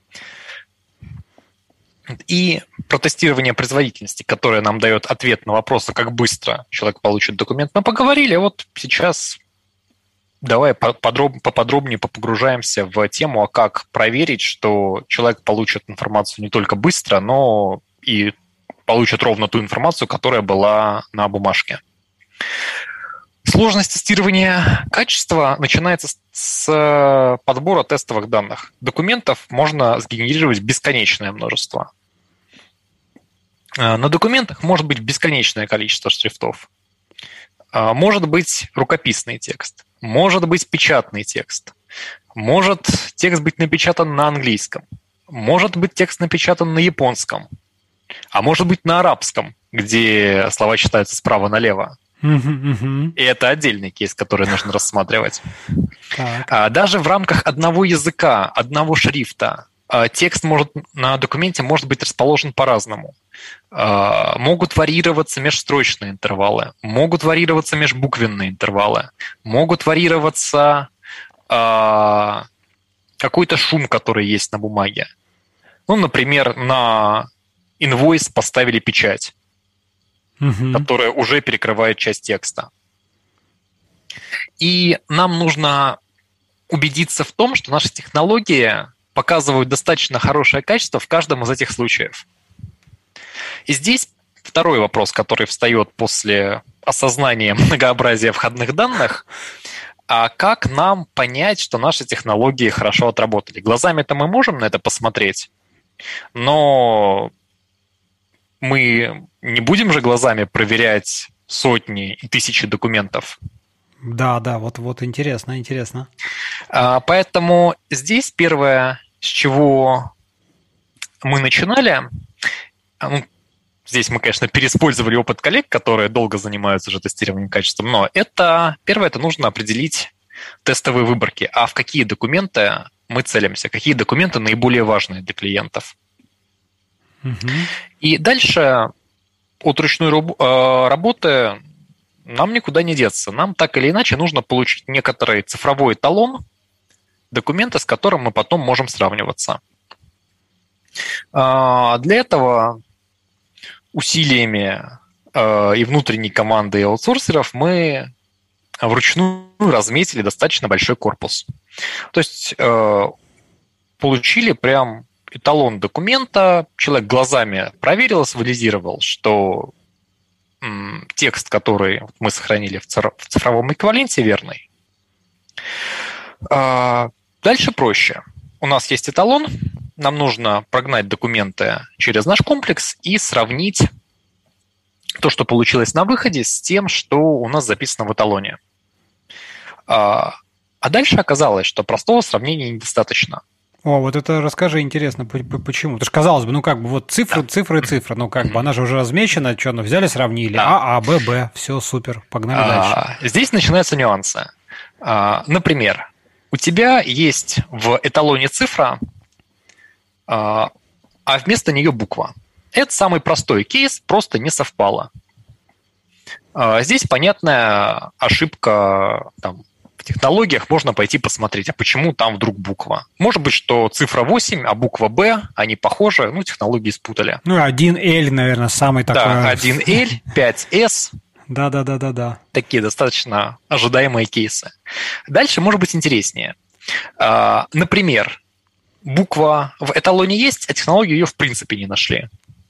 И про тестирование производительности, которое нам дает ответ на вопрос, как быстро человек получит документ, мы поговорили. Вот сейчас давай подроб, поподробнее попогружаемся в тему, а как проверить, что человек получит информацию не только быстро, но и получит ровно ту информацию, которая была на бумажке. Сложность тестирования качества начинается с подбора тестовых данных. Документов можно сгенерировать бесконечное множество. На документах может быть бесконечное количество шрифтов. Может быть рукописный текст, может быть печатный текст, может текст быть напечатан на английском, может быть текст напечатан на японском, а может быть на арабском, где слова читаются справа налево. И это отдельный кейс, который нужно рассматривать. Так. Даже в рамках одного языка, одного шрифта текст может, на документе может быть расположен по-разному. Могут варьироваться межстрочные интервалы, могут варьироваться межбуквенные интервалы, могут варьироваться какой-то шум, который есть на бумаге. Ну, например, на инвойс поставили печать, угу. которая уже перекрывает часть текста. И нам нужно убедиться в том, что наши технологии показывают достаточно хорошее качество в каждом из этих случаев. И здесь второй вопрос, который встает после осознания многообразия входных данных. А как нам понять, что наши технологии хорошо отработали? Глазами-то мы можем на это посмотреть, но мы не будем же глазами проверять сотни и тысячи документов. Да, да, вот, вот интересно, интересно. Поэтому здесь первое, с чего мы начинали, ну, здесь мы, конечно, переиспользовали опыт коллег, которые долго занимаются уже тестированием качества, но это первое, это нужно определить тестовые выборки, а в какие документы мы целимся, какие документы наиболее важные для клиентов. Угу. И дальше от ручной работы нам никуда не деться. Нам так или иначе нужно получить некоторый цифровой эталон документа, с которым мы потом можем сравниваться. Для этого усилиями и внутренней команды и аутсорсеров мы вручную разметили достаточно большой корпус. То есть получили прям эталон документа, человек глазами проверил, свалидировал, что м, текст, который мы сохранили в цифровом эквиваленте, верный. А дальше проще. У нас есть эталон, нам нужно прогнать документы через наш комплекс и сравнить то, что получилось на выходе, с тем, что у нас записано в эталоне. А, а дальше оказалось, что простого сравнения недостаточно. О, вот это расскажи, интересно, почему? Потому что, казалось бы, ну как бы вот цифры, да. цифры, цифры, ну как бы она же уже размечена, что, ну взяли, сравнили, да. А, А, Б, Б, все, супер, погнали а, дальше. Здесь начинаются нюансы. А, например, у тебя есть в эталоне цифра, а, а вместо нее буква. Это самый простой кейс, просто не совпало. А, здесь понятная ошибка там, в технологиях, можно пойти посмотреть, а почему там вдруг буква. Может быть, что цифра восемь, а буква Б, они похожи, ну, технологии спутали. Ну, один эл, наверное, самый такой... Да, один эл, пять эс. Да-да-да-да-да. Такие достаточно ожидаемые кейсы. Дальше может быть интереснее. А, например, буква в эталоне есть, а технологии ее в принципе не нашли.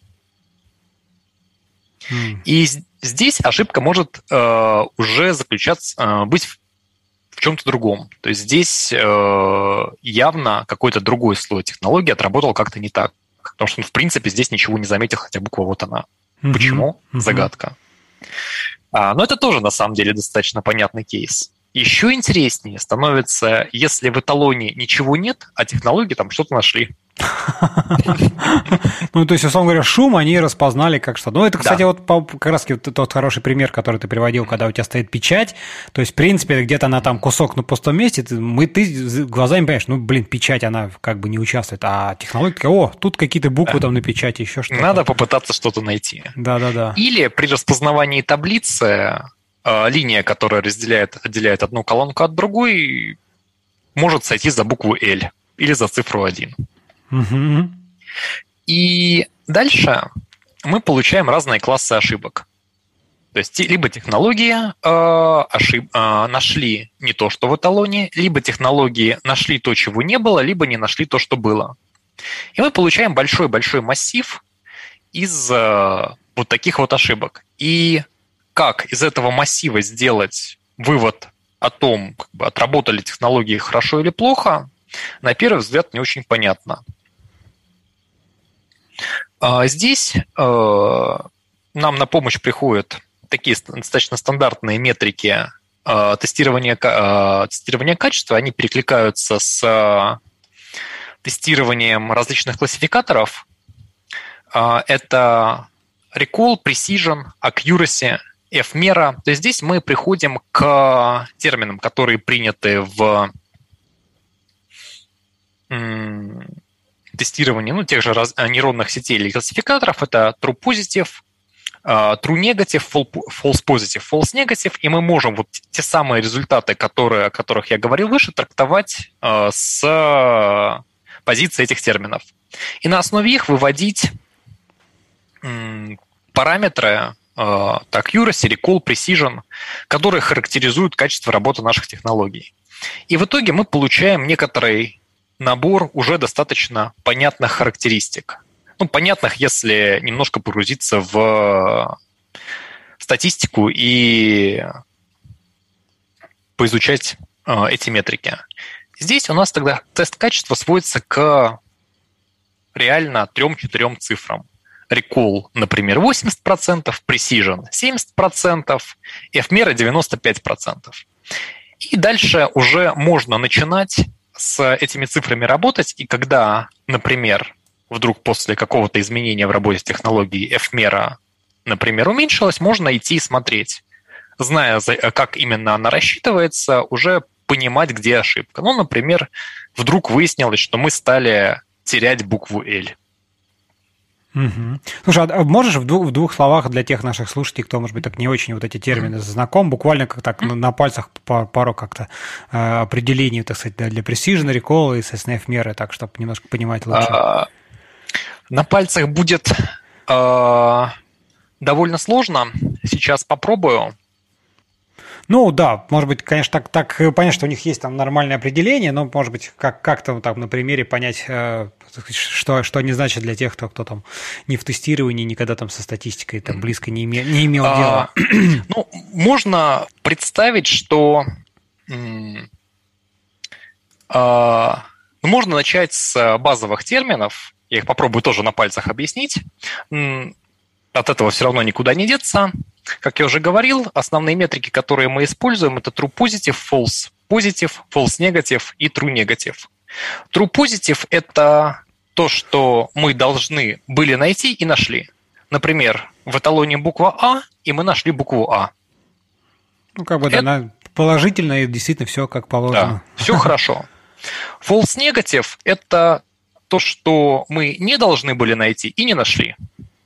Mm. И здесь ошибка может э, уже заключаться, э, быть в в чем-то другом. То есть здесь э, явно какой-то другой слой технологии отработал как-то не так. Потому что, ну, в принципе, здесь ничего не заметил, хотя буква вот она. Mm-hmm. Почему? Mm-hmm. Загадка. А, но это тоже, на самом деле, достаточно понятный кейс. Еще интереснее становится, если в эталоне ничего нет, а технологии там что-то нашли. Ну, то есть, условно говоря, шум они распознали как что. Ну, это, кстати, да. вот как раз тот хороший пример, который ты приводил, когда у тебя стоит печать. То есть, в принципе, где-то она там кусок на пустом месте, ты, мы, ты глазами понимаешь, ну, блин, печать, она как бы не участвует. А технология такая, о, тут какие-то буквы там на печати, еще что-то. Надо попытаться что-то найти. Да-да-да. Или при распознавании таблицы э, линия, которая разделяет, отделяет одну колонку от другой, может сойти за букву L или за цифру один. Угу. И дальше мы получаем разные классы ошибок. То есть либо технологии э, ошиб, э, нашли не то, что в эталоне, либо технологии нашли то, чего не было, либо не нашли то, что было. И мы получаем большой-большой массив из э, вот таких вот ошибок. И как из этого массива сделать вывод о том, как бы, отработали технологии хорошо или плохо, на первый взгляд не очень понятно. Здесь э, нам на помощь приходят такие достаточно стандартные метрики э, тестирования, э, тестирования качества. Они перекликаются с э, тестированием различных классификаторов. Э, это Recall, Precision, Accuracy, F-мера. То есть здесь мы приходим к терминам, которые приняты в м- тестирование, ну, тех же раз, нейронных сетей или классификаторов. Это True Positive, uh, True Negative, False Positive, False Negative, и мы можем вот те самые результаты, которые, о которых я говорил выше, трактовать uh, с позиции этих терминов. И на основе их выводить um, параметры uh, Accuracy, Recall, Precision, которые характеризуют качество работы наших технологий. И в итоге мы получаем некоторый набор уже достаточно понятных характеристик. Ну, понятных, если немножко погрузиться в статистику и поизучать э, эти метрики. Здесь у нас тогда тест качества сводится к реально трем-четырем цифрам. Recall, например, восемьдесят процентов, Precision семьдесят процентов, F-мера девяносто пять процентов. И дальше уже можно начинать с этими цифрами работать, и когда, например, вдруг после какого-то изменения в работе технологии F-мера, например, уменьшилась, можно идти и смотреть. Зная, как именно она рассчитывается, уже понимать, где ошибка. Ну, например, вдруг выяснилось, что мы стали терять букву «Л». Угу. Слушай, а можешь в двух, в двух словах для тех наших слушателей, кто, может быть, так не очень вот эти термины знаком, буквально как так на, на пальцах пару как-то э, определений, так сказать, для precision, recall и эс эн эф-меры, так, чтобы немножко понимать лучше. А, на пальцах будет э, довольно сложно. Сейчас попробую. Ну да, может быть, конечно, так, так понять, что у них есть там нормальное определение, но, может быть, как, как-то так на примере понять, э, что, что они значат для тех, кто, кто там не в тестировании, никогда там со статистикой там близко не, име, не имел а, дела. Ну, можно представить, что а, можно начать с базовых терминов, я их попробую тоже на пальцах объяснить, от этого все равно никуда не деться. Как я уже говорил, основные метрики, которые мы используем, это true positive, false positive, false negative и true negative. True positive – это то, что мы должны были найти и нашли. Например, в эталоне буква А, и мы нашли букву А. Ну, как бы, это... да, положительно, и действительно все как положено. Да, все хорошо. False negative – это то, что мы не должны были найти и не нашли.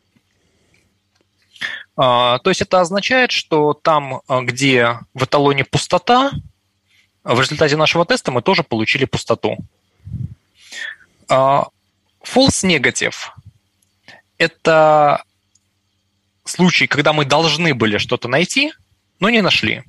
То есть это означает, что там, где в эталоне пустота, в результате нашего теста мы тоже получили пустоту. False negative – это случай, когда мы должны были что-то найти, но не нашли.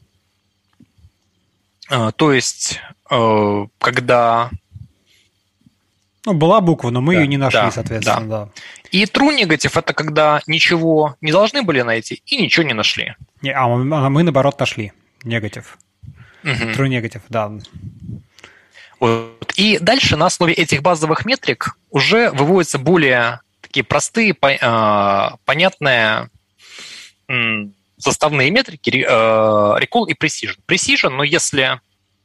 То есть, когда... Ну, была буква, но мы да, ее не нашли, да, соответственно, да. да. И true negative – это когда ничего не должны были найти и ничего не нашли. Не, а мы, а мы наоборот, нашли. Негатив. Угу. True negative, да. Вот. И дальше на основе этих базовых метрик уже выводятся более такие простые, понятные составные метрики recall и precision. Precision, но если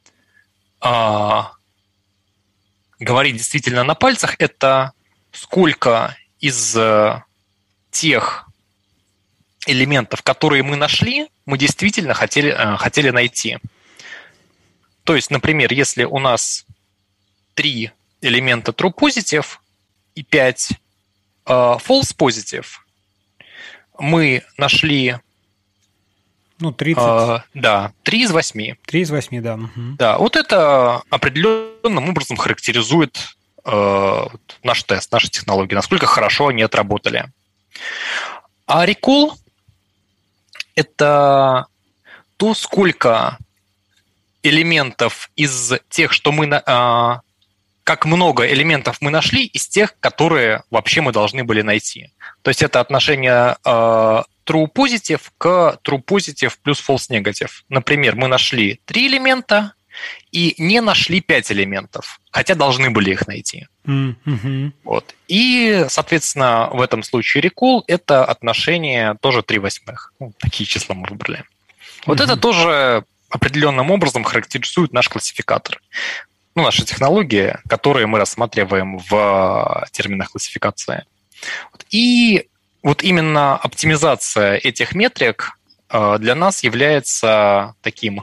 говорить действительно на пальцах, это сколько из тех элементов, которые мы нашли, мы действительно хотели, хотели найти. То есть, например, если у нас три элемента true positive и пять uh, false positive, мы нашли ну, тридцать. Uh, да, три из восьми. три из восьми, да. Угу. Да, вот это определенным образом характеризует uh, наш тест, наши технологии, насколько хорошо они отработали. А recall – это то, сколько элементов из тех, что мы... Uh, как много элементов мы нашли из тех, которые вообще мы должны были найти. То есть это отношение uh, true positive к true positive плюс false negative. Например, мы нашли три элемента и не нашли пять элементов, хотя должны были их найти. Mm-hmm. Вот. И, соответственно, в этом случае recall – это отношение тоже три восьмых. Ну, такие числа мы выбрали. Mm-hmm. Вот это тоже определенным образом характеризует наш классификатор. Ну, наши технологии, которые мы рассматриваем в терминах классификации. И вот именно оптимизация этих метрик для нас является таким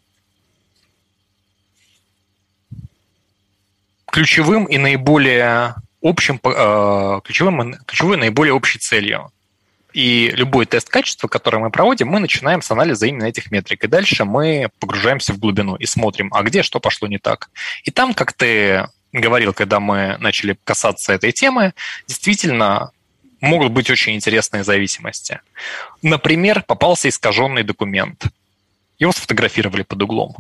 ключевым и наиболее общим, ключевым, ключевой и наиболее общей целью. И любой тест качества, который мы проводим, мы начинаем с анализа именно этих метрик. И дальше мы погружаемся в глубину и смотрим, а где что пошло не так. И там, как ты говорил, когда мы начали касаться этой темы, действительно могут быть очень интересные зависимости. Например, попался искаженный документ. Его сфотографировали под углом.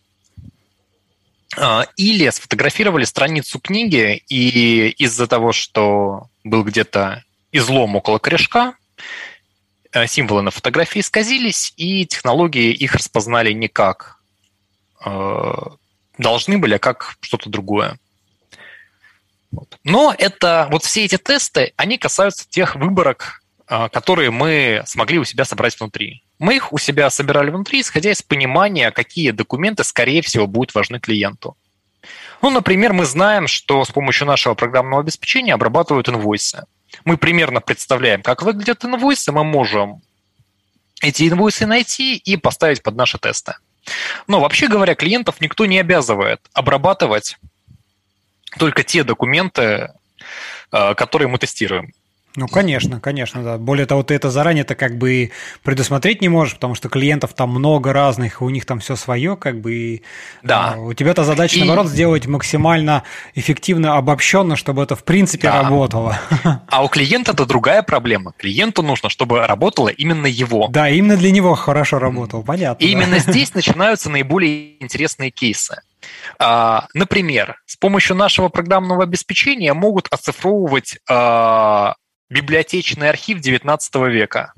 Или сфотографировали страницу книги, и из-за того, что был где-то излом около корешка, символы на фотографии исказились, и технологии их распознали не как э, должны были, а как что-то другое. Вот. Но это, вот все эти тесты, они касаются тех выборок, э, которые мы смогли у себя собрать внутри. Мы их у себя собирали внутри, исходя из понимания, какие документы, скорее всего, будут важны клиенту. Ну, например, мы знаем, что с помощью нашего программного обеспечения обрабатывают инвойсы. Мы примерно представляем, как выглядят инвойсы, мы можем эти инвойсы найти и поставить под наши тесты. Но вообще говоря, клиентов никто не обязывает обрабатывать только те документы, которые мы тестируем. Ну, конечно, конечно, да. Более того, ты это заранее-то как бы предусмотреть не можешь, потому что клиентов там много разных, у них там все свое, как бы, и да. у тебя-то задача, и... наоборот, сделать максимально эффективно, обобщенно, чтобы это в принципе да. работало. А у клиента это другая проблема. Клиенту нужно, чтобы работало именно его. Да, именно для него хорошо работало, понятно. И да. именно здесь начинаются наиболее интересные кейсы. Например, с помощью нашего программного обеспечения могут оцифровывать библиотечный архив девятнадцатого века.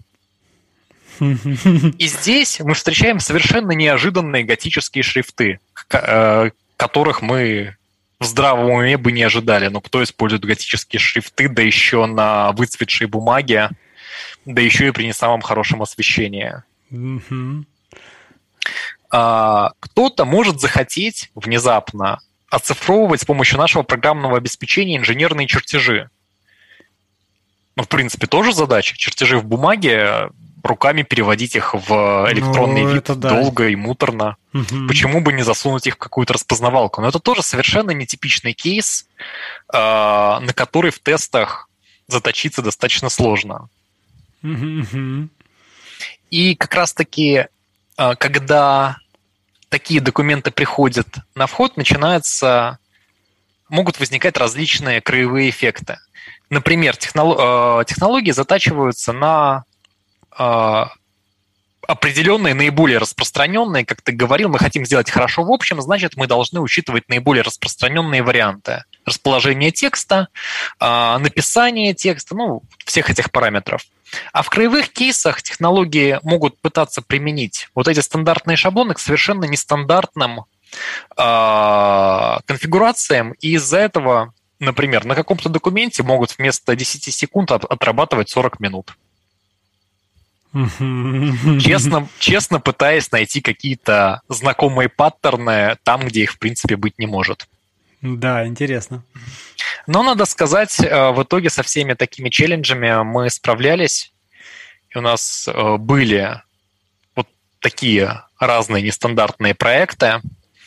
И здесь мы встречаем совершенно неожиданные готические шрифты, которых мы в здравом уме бы не ожидали. Но кто использует готические шрифты, да еще на выцветшей бумаге, да еще и при не самом хорошем освещении. Кто-то может захотеть внезапно оцифровывать с помощью нашего программного обеспечения инженерные чертежи. Ну, в принципе, тоже задача. Чертежи в бумаге, руками переводить их в электронный ну, вид да. долго и муторно. Угу. Почему бы не засунуть их в какую-то распознавалку? Но это тоже совершенно нетипичный кейс, на который в тестах заточиться достаточно сложно. Угу. И как раз-таки, когда такие документы приходят на вход, начинается, могут возникать различные краевые эффекты. Например, технологии затачиваются на определенные, наиболее распространенные, как ты говорил, мы хотим сделать хорошо в общем, значит, мы должны учитывать наиболее распространенные варианты. Расположение текста, написание текста, ну, всех этих параметров. А в краевых кейсах технологии могут пытаться применить вот эти стандартные шаблоны к совершенно нестандартным конфигурациям, и из-за этого, например, на каком-то документе могут вместо десяти секунд отрабатывать сорок минут. Честно, честно пытаясь найти какие-то знакомые паттерны там, где их, в принципе, быть не может. Да, интересно. Но, надо сказать, в итоге со всеми такими челленджами мы справлялись, и у нас были вот такие разные нестандартные проекты,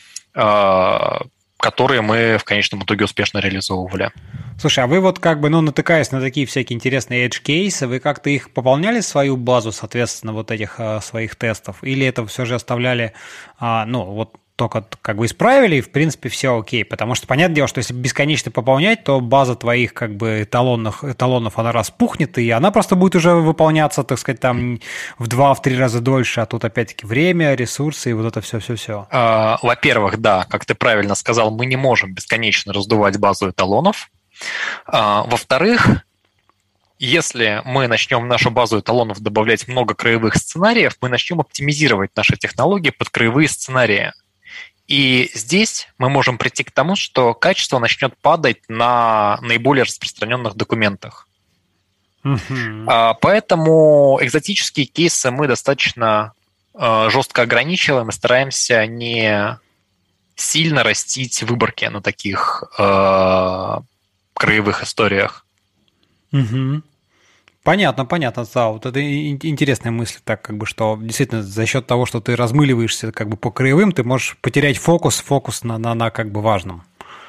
которые мы в конечном итоге успешно реализовывали. Слушай, а вы вот как бы, ну, натыкаясь на такие всякие интересные edge-кейсы, вы как-то их пополняли свою базу, соответственно, вот этих а, своих тестов? Или это все же оставляли, а, ну, вот только как бы исправили, и, в принципе, все окей? Потому что, понятное дело, что если бесконечно пополнять, то база твоих как бы эталонных, эталонов, она распухнет, и она просто будет уже выполняться, так сказать, там в два-три раза дольше, а тут опять-таки время, ресурсы и вот это все-все-все. А, во-первых, да, как ты правильно сказал, мы не можем бесконечно раздувать базу эталонов. А, во-вторых, если мы начнем в нашу базу эталонов добавлять много краевых сценариев, мы начнем оптимизировать наши технологии под краевые сценарии. И здесь мы можем прийти к тому, что качество начнет падать на наиболее распространенных документах. Mm-hmm. А, поэтому экзотические кейсы мы достаточно а, жестко ограничиваем и стараемся не сильно растить выборки на таких а, краевых историях. Угу. Понятно, понятно, да, вот это интересная мысль, так как бы, что действительно за счет того, что ты размыливаешься как бы по краевым, ты можешь потерять фокус, фокус на, на, на как бы важном.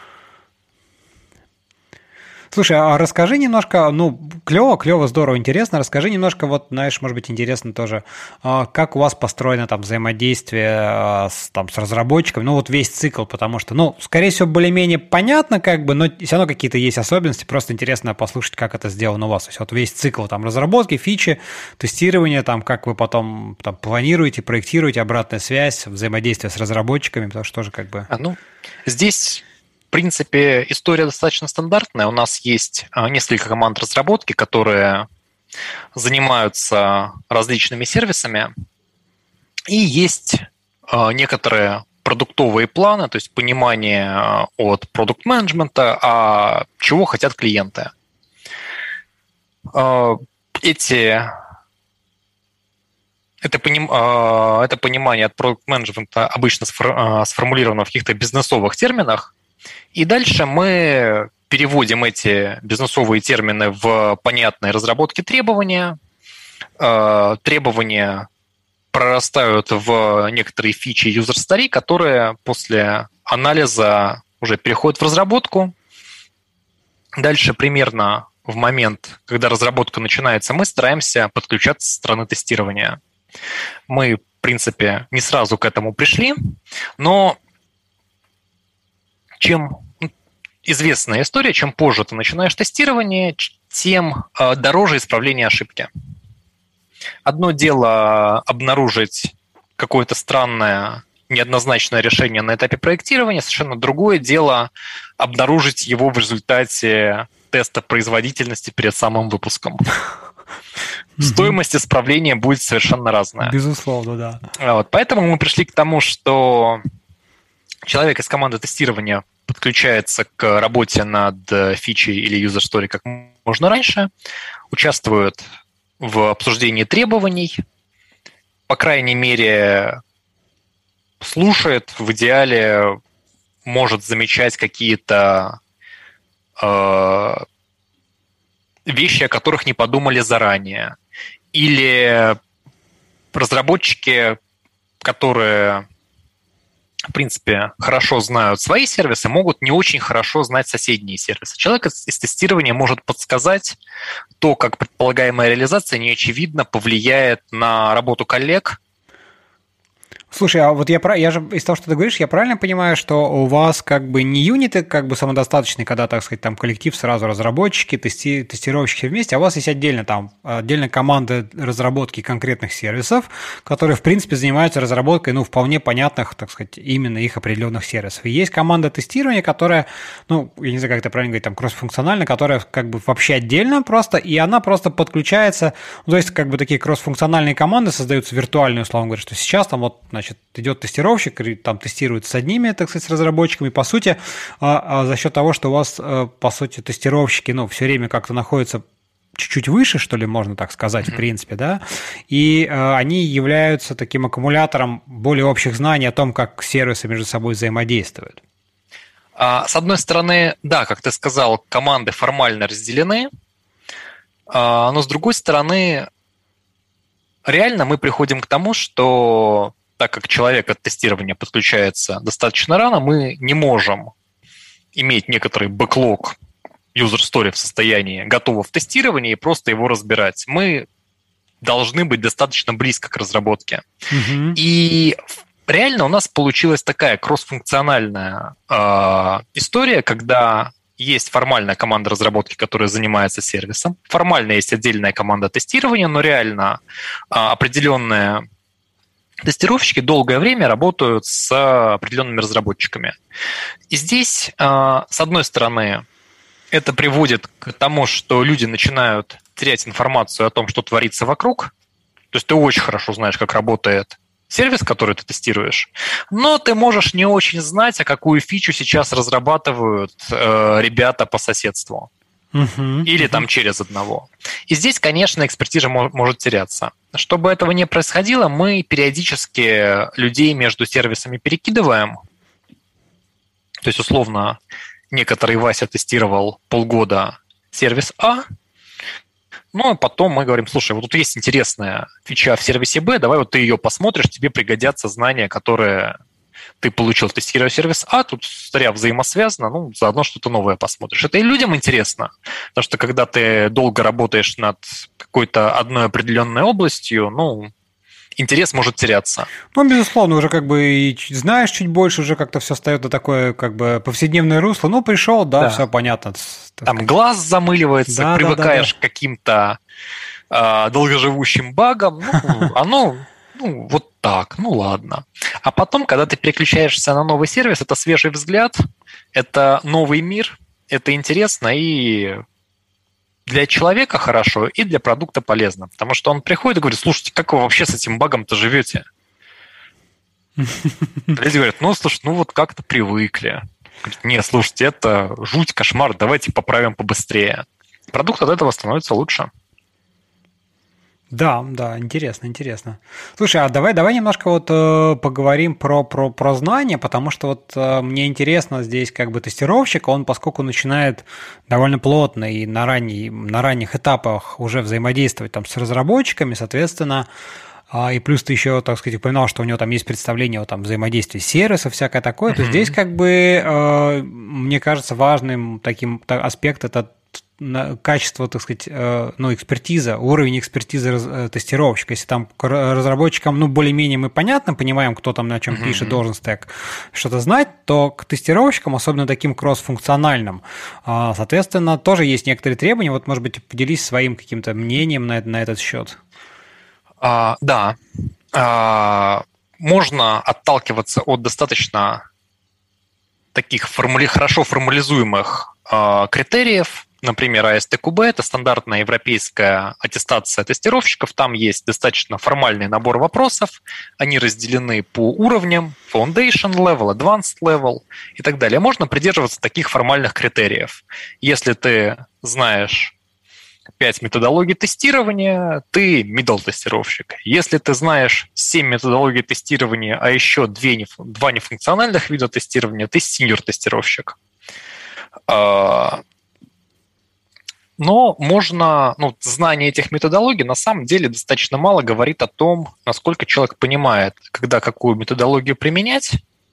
Слушай, а расскажи немножко, ну, клево, клево, здорово, интересно, расскажи немножко, вот, знаешь, может быть, интересно тоже, как у вас построено там взаимодействие с, там, с разработчиками, ну, вот весь цикл, потому что, ну, скорее всего, более-менее понятно, как бы, но все равно какие-то есть особенности, просто интересно послушать, как это сделано у вас, то есть вот весь цикл там разработки, фичи, тестирования, там, как вы потом там, планируете, проектируете, обратная связь, взаимодействие с разработчиками, потому что тоже как бы... А, ну, здесь... В принципе, история достаточно стандартная. У нас есть несколько команд разработки, которые занимаются различными сервисами. И есть некоторые продуктовые планы, то есть понимание от продукт-менеджмента, а чего хотят клиенты. Эти... Это, поним, это понимание от продукт-менеджмента обычно сформулировано в каких-то бизнесовых терминах. И дальше мы переводим эти бизнесовые термины в понятные разработки требования. Требования прорастают в некоторые фичи user story, которые после анализа уже переходят в разработку. Дальше примерно в момент, когда разработка начинается, мы стараемся подключаться со стороны тестирования. Мы, в принципе, не сразу к этому пришли, но чем известная история, чем позже ты начинаешь тестирование, тем дороже исправление ошибки. Одно дело обнаружить какое-то странное, неоднозначное решение на этапе проектирования, совершенно другое дело обнаружить его в результате теста производительности перед самым выпуском. Стоимость исправления будет совершенно разная. Безусловно, да. Вот, поэтому мы пришли к тому, что человек из команды тестирования подключается к работе над фичей или user story как можно раньше, участвует в обсуждении требований, по крайней мере, слушает, в идеале может замечать какие-то э, вещи, о которых не подумали заранее. Или разработчики, которые, в принципе, хорошо знают свои сервисы, могут не очень хорошо знать соседние сервисы. Человек из тестирования может подсказать то, как предполагаемая реализация неочевидно повлияет на работу коллег. Слушай, а вот я, я же из того, что ты говоришь, я правильно понимаю, что у вас как бы не юниты как бы самодостаточные, когда, так сказать, там коллектив сразу разработчики, тести, тестировщики вместе, а у вас есть отдельно там отдельная команда разработки конкретных сервисов, которые, в принципе, занимаются разработкой, ну, вполне понятных, так сказать, именно их определенных сервисов. И есть команда тестирования, которая, ну, я не знаю, как это правильно говорить, там, кроссфункциональная, которая как бы вообще отдельно просто, и она просто подключается, ну, то есть как бы такие кроссфункциональные команды создаются виртуальные, условно говоря, что сейчас там вот, значит, Значит, идет тестировщик, там тестирует с одними, так сказать, с разработчиками. По сути, а, а за счет того, что у вас, по сути, тестировщики, ну, все время как-то находятся чуть-чуть выше, что ли, можно так сказать, mm-hmm. в принципе, да, и а, они являются таким аккумулятором более общих знаний о том, как сервисы между собой взаимодействуют. С одной стороны, да, как ты сказал, команды формально разделены, но с другой стороны, реально мы приходим к тому, что так как человек от тестирования подключается достаточно рано, мы не можем иметь некоторый бэклог user story в состоянии готового в тестировании и просто его разбирать. Мы должны быть достаточно близко к разработке. Mm-hmm. И реально у нас получилась такая кроссфункциональная э, история, когда есть формальная команда разработки, которая занимается сервисом, формально есть отдельная команда тестирования, но реально э, определенная тестировщики долгое время работают с определенными разработчиками. И здесь, с одной стороны, это приводит к тому, что люди начинают терять информацию о том, что творится вокруг. То есть ты очень хорошо знаешь, как работает сервис, который ты тестируешь, но ты можешь не очень знать, а какую фичу сейчас разрабатывают ребята по соседству. Uh-huh, Или uh-huh. там через одного. И здесь, конечно, экспертиза может теряться. Чтобы этого не происходило, мы периодически людей между сервисами перекидываем. То есть, условно, некоторый Вася тестировал полгода сервис А, ну, а потом мы говорим, слушай, вот тут есть интересная фича в сервисе Б, давай вот ты ее посмотришь, тебе пригодятся знания, которые ты получил, тестируя сервис А, тут история взаимосвязана, ну, заодно что-то новое посмотришь. Это и людям интересно, потому что когда ты долго работаешь над какой-то одной определенной областью, ну, интерес может теряться. Ну, безусловно, уже как бы и знаешь чуть больше, уже как-то все встает на такое как бы повседневное русло. Ну, пришел, да, да. все понятно. Там глаз замыливается, да, привыкаешь да, да, да. к каким-то э, долгоживущим багам, ну, оно... Ну, вот так, ну ладно. А потом, когда ты переключаешься на новый сервис, это свежий взгляд, это новый мир, это интересно и для человека хорошо, и для продукта полезно. Потому что он приходит и говорит, слушайте, как вы вообще с этим багом-то живете? Люди говорят, ну, слушай, ну вот как-то привыкли. Говорят, не, слушайте, это жуть, кошмар, давайте поправим побыстрее. Продукт от этого становится лучше. Да, да, интересно, интересно. Слушай, а давай, давай немножко вот э, поговорим про, про, про знания, потому что вот э, мне интересно здесь как бы тестировщик, он поскольку начинает довольно плотно и на, ранней, на ранних этапах уже взаимодействовать там с разработчиками, соответственно, и плюс ты еще, так сказать, упоминал, что у него там есть представление о там, взаимодействии сервиса, всякое такое, mm-hmm. то здесь как бы, мне кажется, важным таким аспект это качество, так сказать, ну, экспертиза, уровень экспертизы тестировщика. Если там разработчикам, ну, более-менее мы понятно, понимаем, кто там на чем mm-hmm. пишет, должен стек что-то знать, то к тестировщикам, особенно таким кросс-функциональным, соответственно, тоже есть некоторые требования. Вот, может быть, поделись своим каким-то мнением на, на этот счет. А, да. А, можно отталкиваться от достаточно таких формули... хорошо формализуемых а, критериев. Например, эй эс ти кью би – это стандартная европейская аттестация тестировщиков. Там есть достаточно формальный набор вопросов. Они разделены по уровням: Foundation Level, Advanced Level и так далее. Можно придерживаться таких формальных критериев. Если ты знаешь пять методологий тестирования, ты middle тестировщик. Если ты знаешь семь методологий тестирования, а еще два нефункциональных вида тестирования, ты senior тестировщик. Но можно, ну, знание этих методологий на самом деле достаточно мало говорит о том, насколько человек понимает, когда какую методологию применять,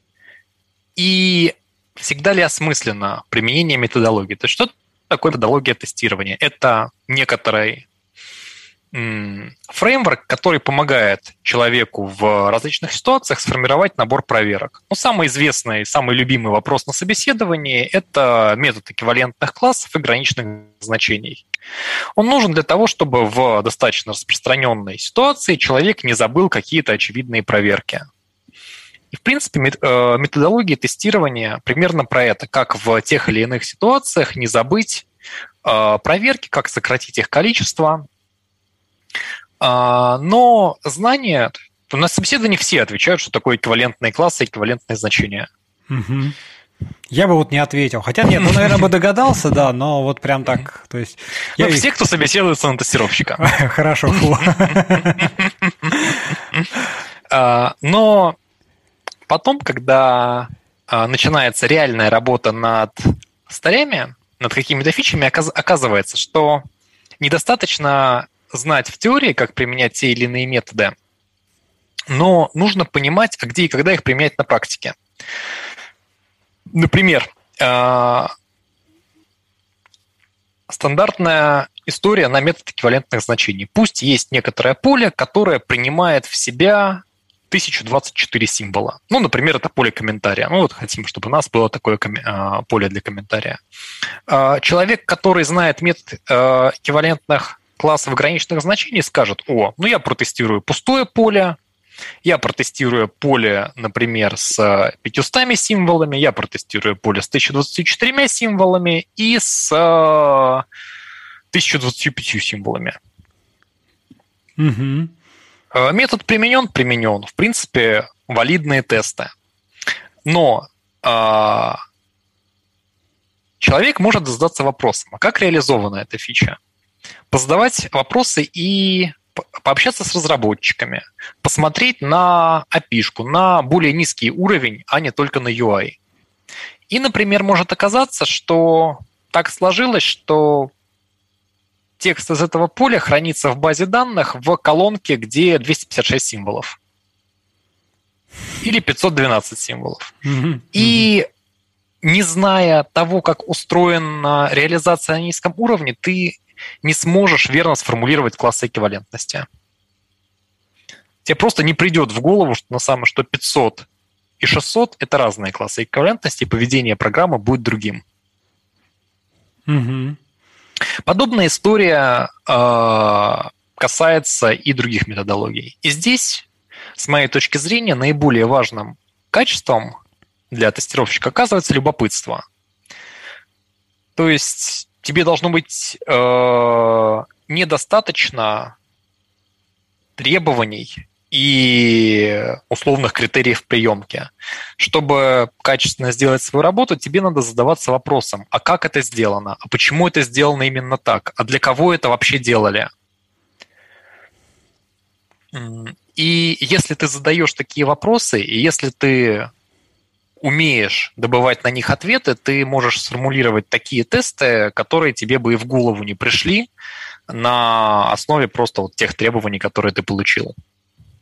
и всегда ли осмысленно применение методологии. То есть что такое методология тестирования? Это некоторый фреймворк, который помогает человеку в различных ситуациях сформировать набор проверок. Ну, самый известный, самый любимый вопрос на собеседовании – это метод эквивалентных классов и граничных значений. Он нужен для того, чтобы в достаточно распространенной ситуации человек не забыл какие-то очевидные проверки. И, в принципе, методология тестирования примерно про это, как в тех или иных ситуациях не забыть проверки, как сократить их количество. Но знания... На собеседовании все отвечают, что такое эквивалентные классы, эквивалентные значения. Угу. Я бы вот не ответил. Хотя нет, ну, наверное, бы догадался, да, но вот прям так. То есть, ну, я... все, кто собеседуется на тестировщика. Хорошо. Но потом, когда начинается реальная работа над старями, над какими-то фичами, оказывается, что недостаточно знать в теории, как применять те или иные методы, но нужно понимать, а где и когда их применять на практике. Например, стандартная история на метод эквивалентных значений. Пусть есть некоторое поле, которое принимает в себя тысяча двадцать четыре символа. Ну, например, это поле комментария. Ну, вот хотим, чтобы у нас было такое ком- поле для комментария. Человек, который знает метод эквивалентных классов граничных значений, скажет: о, ну я протестирую пустое поле, я протестирую поле, например, с пятьюстами символами, я протестирую поле с тысячей двадцатью четырьмя символами и с тысячей двадцатью пятью символами. Угу. Метод применен, применен. В принципе, валидные тесты. Но э, человек может задаться вопросом: а как реализована эта фича? Позадавать вопросы и пообщаться с разработчиками, посмотреть на эй пи ай-шку, на более низкий уровень, а не только на ю ай. И, например, может оказаться, что так сложилось, что текст из этого поля хранится в базе данных в колонке, где двести пятьдесят шесть символов. Или пятьсот двенадцать символов. Mm-hmm. И не зная того, как устроена реализация на низком уровне, ты не сможешь верно сформулировать классы эквивалентности. Тебе просто не придет в голову, что на самом что пятьсот и шестьсот – это разные классы эквивалентности, и поведение программы будет другим. Mm-hmm. Подобная история э, касается и других методологий. И здесь, с моей точки зрения, наиболее важным качеством для тестировщика оказывается любопытство. То есть тебе должно быть э, недостаточно требований и условных критериев приемки. Чтобы качественно сделать свою работу, тебе надо задаваться вопросом: а как это сделано? А почему это сделано именно так? А для кого это вообще делали? И если ты задаешь такие вопросы, и если ты умеешь добывать на них ответы, ты можешь сформулировать такие тесты, которые тебе бы и в голову не пришли на основе просто вот тех требований, которые ты получил.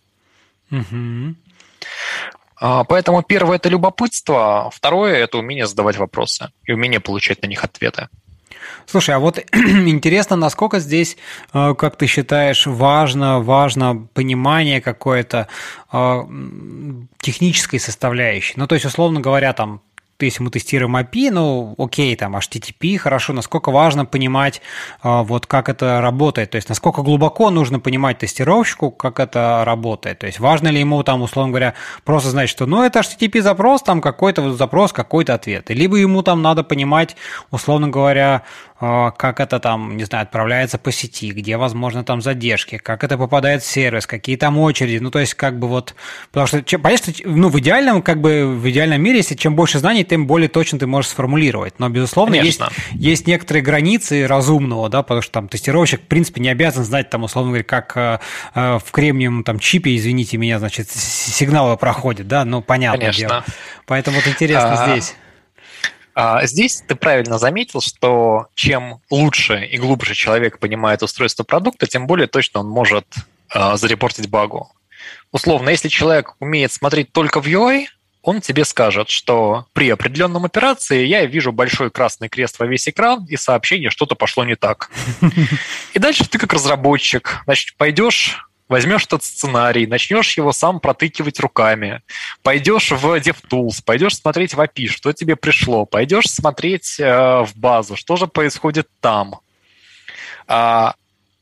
Угу. Поэтому первое – это любопытство, второе – это умение задавать вопросы и умение получать на них ответы. Слушай, а вот интересно, насколько здесь, как ты считаешь, важно, важно понимание какое-то технической составляющей? Ну, то есть, условно говоря, там, если мы тестируем эй пи ай, ну, окей, там, эйч ти ти пи, хорошо, насколько важно понимать, вот как это работает, то есть, насколько глубоко нужно понимать тестировщику, как это работает, то есть, важно ли ему, там, условно говоря, просто знать, что, ну, это эйч ти ти пи-запрос, там, какой-то запрос, какой-то ответ, либо ему там надо понимать, условно говоря, как это там, не знаю, отправляется по сети, где, возможно, там задержки, как это попадает в сервис, какие там очереди, ну, то есть, как бы вот, потому что, понятно, что, ну, в идеальном, как бы, в идеальном мире, если чем больше знаний, тем более точно ты можешь сформулировать, но, безусловно, есть, есть некоторые границы разумного, да, потому что там тестировщик, в принципе, не обязан знать, там, условно говоря, как э, э, в кремниевом там чипе, извините меня, значит, сигналы проходят, да, ну, понятное Конечно. дело. Поэтому вот интересно а... здесь. Здесь ты правильно заметил, что чем лучше и глубже человек понимает устройство продукта, тем более точно он может э, зарепортить багу. Условно, если человек умеет смотреть только в ю ай, он тебе скажет, что при определенном операции я вижу большой красный крест во весь экран и сообщение, что-то пошло не так. И дальше ты как разработчик, значит, пойдешь... Возьмешь этот сценарий, начнешь его сам протыкивать руками, пойдешь в DevTools, пойдешь смотреть в эй пи ай, что тебе пришло, пойдешь смотреть э, в базу, что же происходит там. А,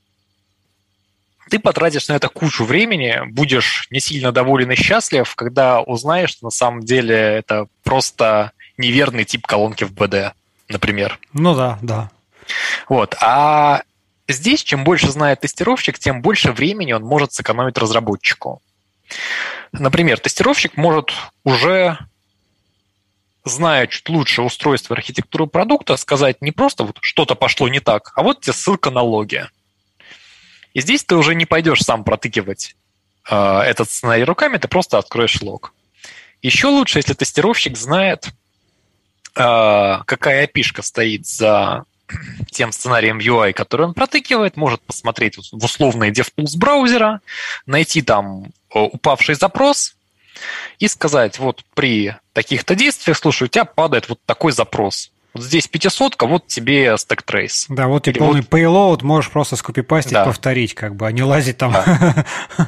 ты потратишь на это кучу времени, будешь не сильно доволен и счастлив, когда узнаешь, что на самом деле это просто неверный тип колонки в би ди, например. Ну да, да. Вот, а... Здесь, чем больше знает тестировщик, тем больше времени он может сэкономить разработчику. Например, тестировщик может уже, зная чуть лучше устройство и архитектуру продукта, сказать не просто вот что-то пошло не так, а вот тебе ссылка на логи. И здесь ты уже не пойдешь сам протыкивать э, этот сценарий руками, ты просто откроешь лог. Еще лучше, если тестировщик знает, э, какая эй пи ай-шка стоит за... тем сценарием ю ай, который он протыкивает, может посмотреть в условные DevTools браузера, найти там упавший запрос и сказать, вот при таких-то действиях, слушай, у тебя падает вот такой запрос. Вот здесь пятисотка, вот тебе stack trace. Да, вот тебе полный вот... payload, можешь просто скопипастить, да. повторить, как бы, а не лазить там. Да.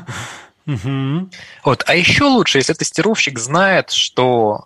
Вот. А еще лучше, если тестировщик знает, что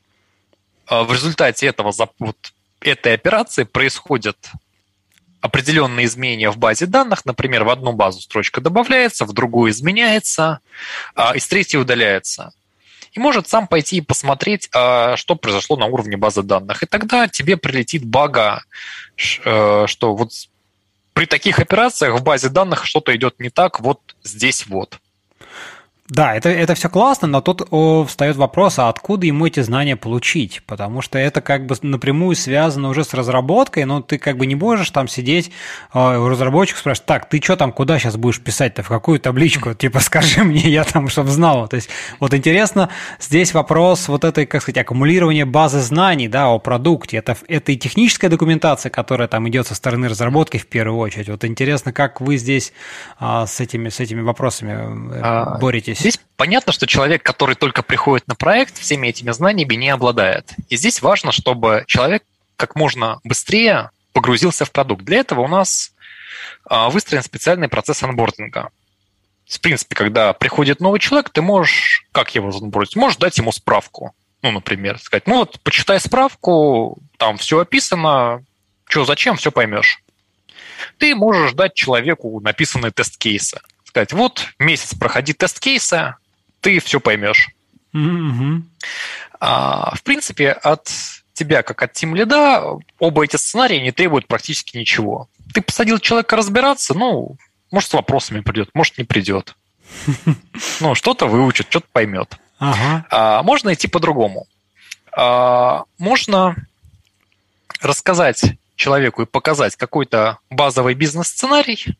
в результате этого вот, этой операции происходят определенные изменения в базе данных. Например, в одну базу строчка добавляется, в другую изменяется, а из третьей удаляется. И может сам пойти и посмотреть, что произошло на уровне базы данных. И тогда тебе прилетит бага, что вот при таких операциях в базе данных что-то идет не так, вот здесь вот. Да, это, это все классно, но тут о, встает вопрос, а откуда ему эти знания получить? Потому что это как бы напрямую связано уже с разработкой, но ты как бы не можешь там сидеть, э, у разработчика спрашивать, так, ты что там, куда сейчас будешь писать-то, в какую табличку? Типа, скажи мне, я там, чтобы знал. То есть, вот интересно, здесь вопрос вот этой, как сказать, аккумулирования базы знаний, да, о продукте. Это, это и техническая документация, которая там идет со стороны разработки в первую очередь. Вот интересно, как вы здесь а, с, этими, с этими вопросами а... боретесь? Здесь понятно, что человек, который только приходит на проект, всеми этими знаниями не обладает. И здесь важно, чтобы человек как можно быстрее погрузился в продукт. Для этого у нас выстроен специальный процесс онбординга. В принципе, когда приходит новый человек, ты можешь, как его онбордить, можешь дать ему справку. Ну, например, сказать, ну вот, почитай справку, там все описано, что, зачем, все поймешь. Ты можешь дать человеку написанные тест-кейсы. Сказать, вот месяц проходи тест-кейсы, ты все поймешь. Mm-hmm. А, в принципе, от тебя, как от тимлида, оба эти сценария не требуют практически ничего. Ты посадил человека разбираться, ну, может, с вопросами придет, может, не придет. Ну, что-то выучит, что-то поймет. Uh-huh. А, можно идти по-другому. А, можно рассказать человеку и показать какой-то базовый бизнес-сценарий,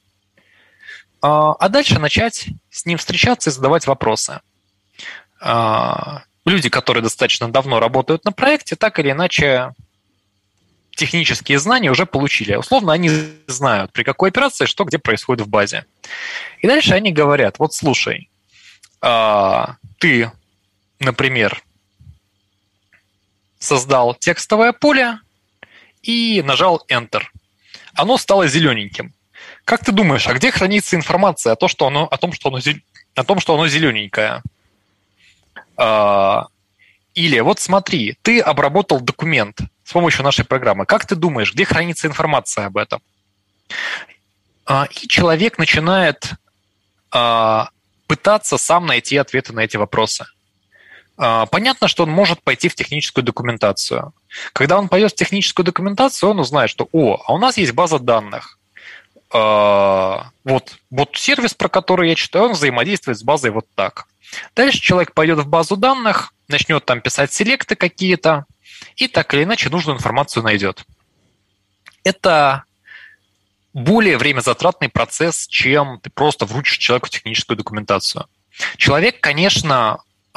а дальше начать с ним встречаться и задавать вопросы. Люди, которые достаточно давно работают на проекте, так или иначе технические знания уже получили. Условно, они знают, при какой операции что где происходит в базе. И дальше они говорят, вот слушай, ты, например, создал текстовое поле и нажал Enter. Оно стало зелененьким. Как ты думаешь, а где хранится информация о том, что оно, о том, что оно, о том, что оно зелененькое? Или вот смотри, ты обработал документ с помощью нашей программы. Как ты думаешь, где хранится информация об этом? И человек начинает пытаться сам найти ответы на эти вопросы. Понятно, что он может пойти в техническую документацию. Когда он пойдет в техническую документацию, он узнает, что «О, а у нас есть база данных». Вот, вот сервис, про который я читаю, он взаимодействует с базой вот так. Дальше человек пойдет в базу данных, начнет там писать селекты какие-то, и так или иначе нужную информацию найдет. Это более времязатратный процесс, чем ты просто вручишь человеку техническую документацию. Человек, конечно,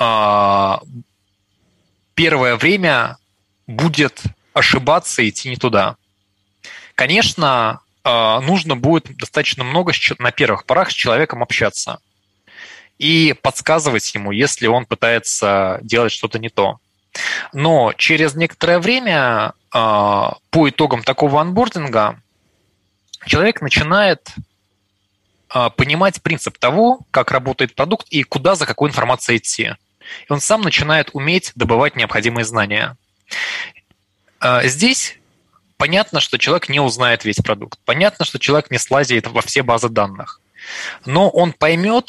первое время будет ошибаться и идти не туда. Конечно, нужно будет достаточно много на первых порах с человеком общаться и подсказывать ему, если он пытается делать что-то не то. Но через некоторое время по итогам такого онбординга человек начинает понимать принцип того, как работает продукт и куда за какой информацией идти. И он сам начинает уметь добывать необходимые знания. Здесь понятно, что человек не узнает весь продукт. Понятно, что человек не слазит во все базы данных. Но он поймет,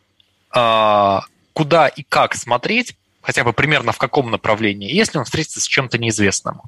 куда и как смотреть, хотя бы примерно в каком направлении, если он встретится с чем-то неизвестным.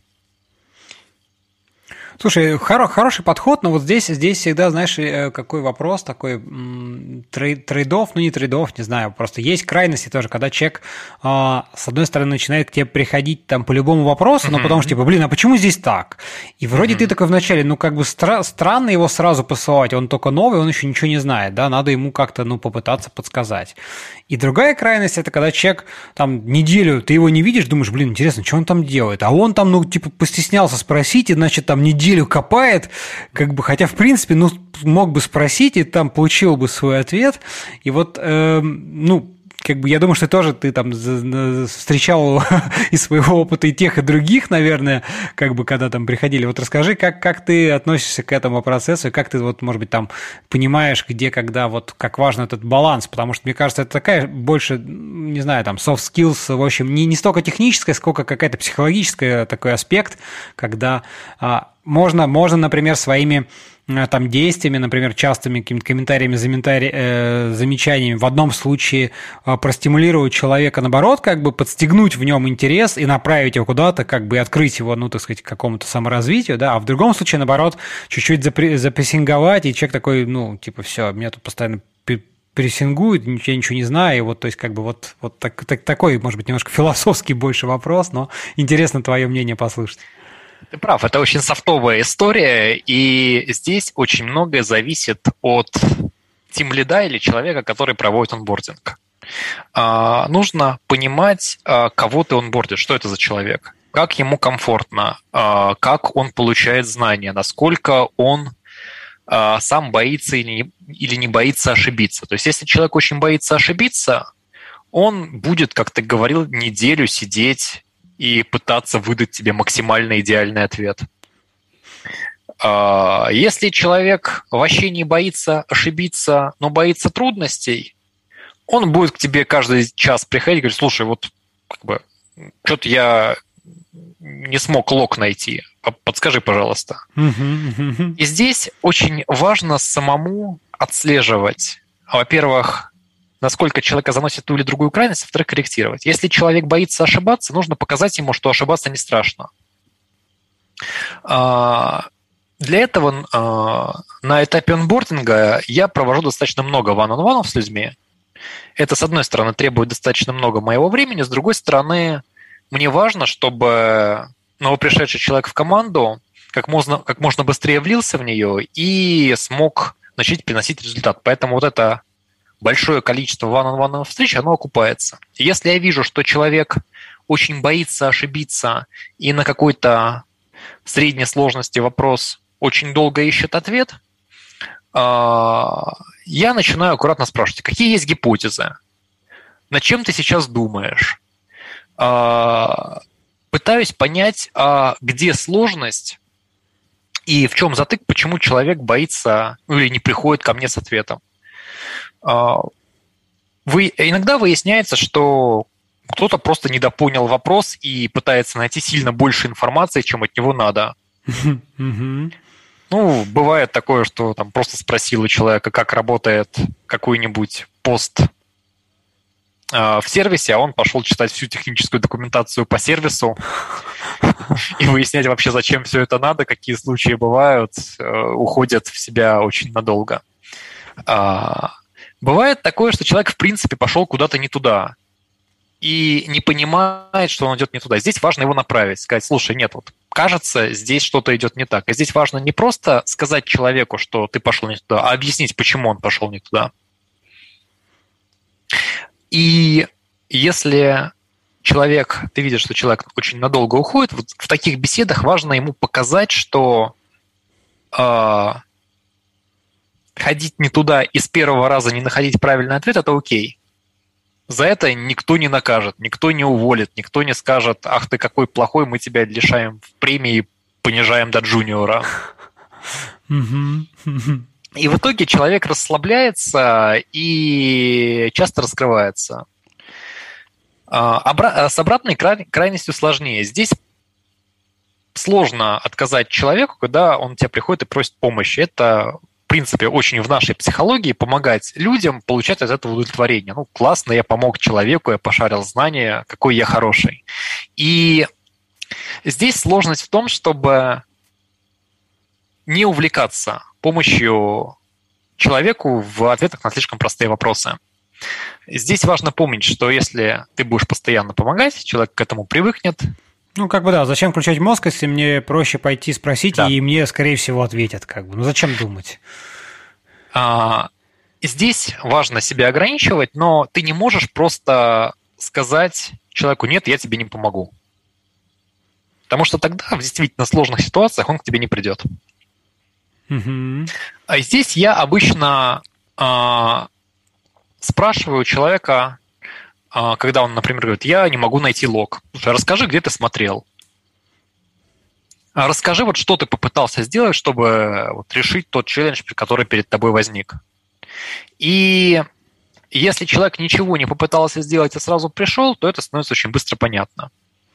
Слушай, хоро- хороший подход, но вот здесь, здесь всегда, знаешь, какой вопрос, такой трейд, трейд-офф, ну не трейд-офф, не знаю, просто есть крайности тоже, когда человек, э, с одной стороны, начинает к тебе приходить там по любому вопросу, mm-hmm. но потом что, типа, блин, а почему здесь так? И вроде mm-hmm. ты такой вначале, ну как бы стра- странно его сразу посылать, он только новый, он еще ничего не знает, да, надо ему как-то, ну, попытаться подсказать. И другая крайность, это когда человек там неделю, ты его не видишь, думаешь, блин, интересно, что он там делает? А он там, ну, типа, постеснялся спросить, и, значит, там неделю копает, как бы, хотя, в принципе, ну, мог бы спросить, и там получил бы свой ответ. И вот, э, ну, как бы я думаю, что тоже ты там встречал из своего опыта и тех, и других, наверное, как бы когда там приходили. Вот расскажи, как, как ты относишься к этому процессу, и как ты, вот, может быть, там понимаешь, где, когда, вот как важен этот баланс, потому что, мне кажется, это такая больше, не знаю, там, soft skills, в общем, не, не столько техническая, сколько какая-то психологическая такой аспект, когда а, можно, можно, например, своими там действиями, например, частыми какими-то комментариями, э, замечаниями в одном случае э, простимулировать человека, наоборот, как бы подстегнуть в нем интерес и направить его куда-то, как бы открыть его, ну, так сказать, к какому-то саморазвитию, да, а в другом случае, наоборот, чуть-чуть запре- запрессинговать, и человек такой, ну, типа, все, меня тут постоянно прессингуют, я ничего не знаю, и вот, то есть, как бы, вот, вот так, так, такой, может быть, немножко философский больше вопрос, но интересно твое мнение послушать. Ты прав, это очень софтовая история, и здесь очень многое зависит от тимлида или человека, который проводит онбординг. А, нужно понимать, а, кого ты онбордишь, что это за человек, как ему комфортно, а, как он получает знания, насколько он а, сам боится или не, или не боится ошибиться. То есть если человек очень боится ошибиться, он будет, как ты говорил, неделю сидеть и пытаться выдать тебе максимально идеальный ответ. Если человек вообще не боится ошибиться, но боится трудностей, он будет к тебе каждый час приходить и говорить, слушай, вот как бы что-то я не смог лог найти, подскажи, пожалуйста. И здесь очень важно самому отслеживать, во-первых, насколько человека заносит в ту или другую крайность, а во-вторых, корректировать. Если человек боится ошибаться, нужно показать ему, что ошибаться не страшно. Для этого на этапе онбординга я провожу достаточно много one-on-one с людьми. Это, с одной стороны, требует достаточно много моего времени, с другой стороны, мне важно, чтобы новопришедший человек в команду как можно, как можно быстрее влился в нее и смог начать приносить результат. Поэтому вот это большое количество one-on-one встреч, оно окупается. Если я вижу, что человек очень боится ошибиться и на какой-то средней сложности вопрос очень долго ищет ответ, я начинаю аккуратно спрашивать, какие есть гипотезы, над чем ты сейчас думаешь? А, пытаюсь понять, а где сложность и в чем затык, почему человек боится, ну или не приходит ко мне с ответом. А, вы, иногда выясняется, что кто-то просто недопонял вопрос и пытается найти сильно больше информации, чем от него надо. Ну, бывает такое, что там просто спросил у человека, как работает какой-нибудь пост в сервисе, а он пошел читать всю техническую документацию по сервису и выяснять вообще, зачем все это надо, какие случаи бывают, уходят в себя очень надолго. Бывает такое, что человек, в принципе, пошел куда-то не туда и не понимает, что он идет не туда. Здесь важно его направить, сказать, слушай, нет, вот кажется, здесь что-то идет не так. И здесь важно не просто сказать человеку, что ты пошел не туда, а объяснить, почему он пошел не туда. И если человек, ты видишь, что человек очень надолго уходит, вот в таких беседах важно ему показать, что э, ходить не туда и с первого раза не находить правильный ответ – это окей. За это никто не накажет, никто не уволит, никто не скажет, ах ты какой плохой, мы тебя лишаем в премии, понижаем до джуниора. И в итоге человек расслабляется и часто раскрывается. С обратной крайностью сложнее. Здесь сложно отказать человеку, когда он тебя приходит и просит помощи. Это, в принципе, очень в нашей психологии помогать людям получать от этого удовлетворение. Ну, классно, я помог человеку, я пошарил знания, какой я хороший. И здесь сложность в том, чтобы не увлекаться помощью человеку в ответах на слишком простые вопросы. Здесь важно помнить, что если ты будешь постоянно помогать, человек к этому привыкнет. Ну, как бы да, зачем включать мозг, если мне проще пойти спросить, да. И мне, скорее всего, ответят, как бы. Ну, зачем думать? А, здесь важно себя ограничивать, но ты не можешь просто сказать человеку, нет, я тебе не помогу. Потому что тогда в действительно сложных ситуациях он к тебе не придет. Угу. А здесь я обычно а, спрашиваю человека, а, когда он, например, говорит, я не могу найти лог. Слушай, расскажи, где ты смотрел. А расскажи, вот что ты попытался сделать, чтобы вот, решить тот челлендж, который перед тобой возник. И если человек ничего не попытался сделать и сразу пришел, то это становится очень быстро понятно.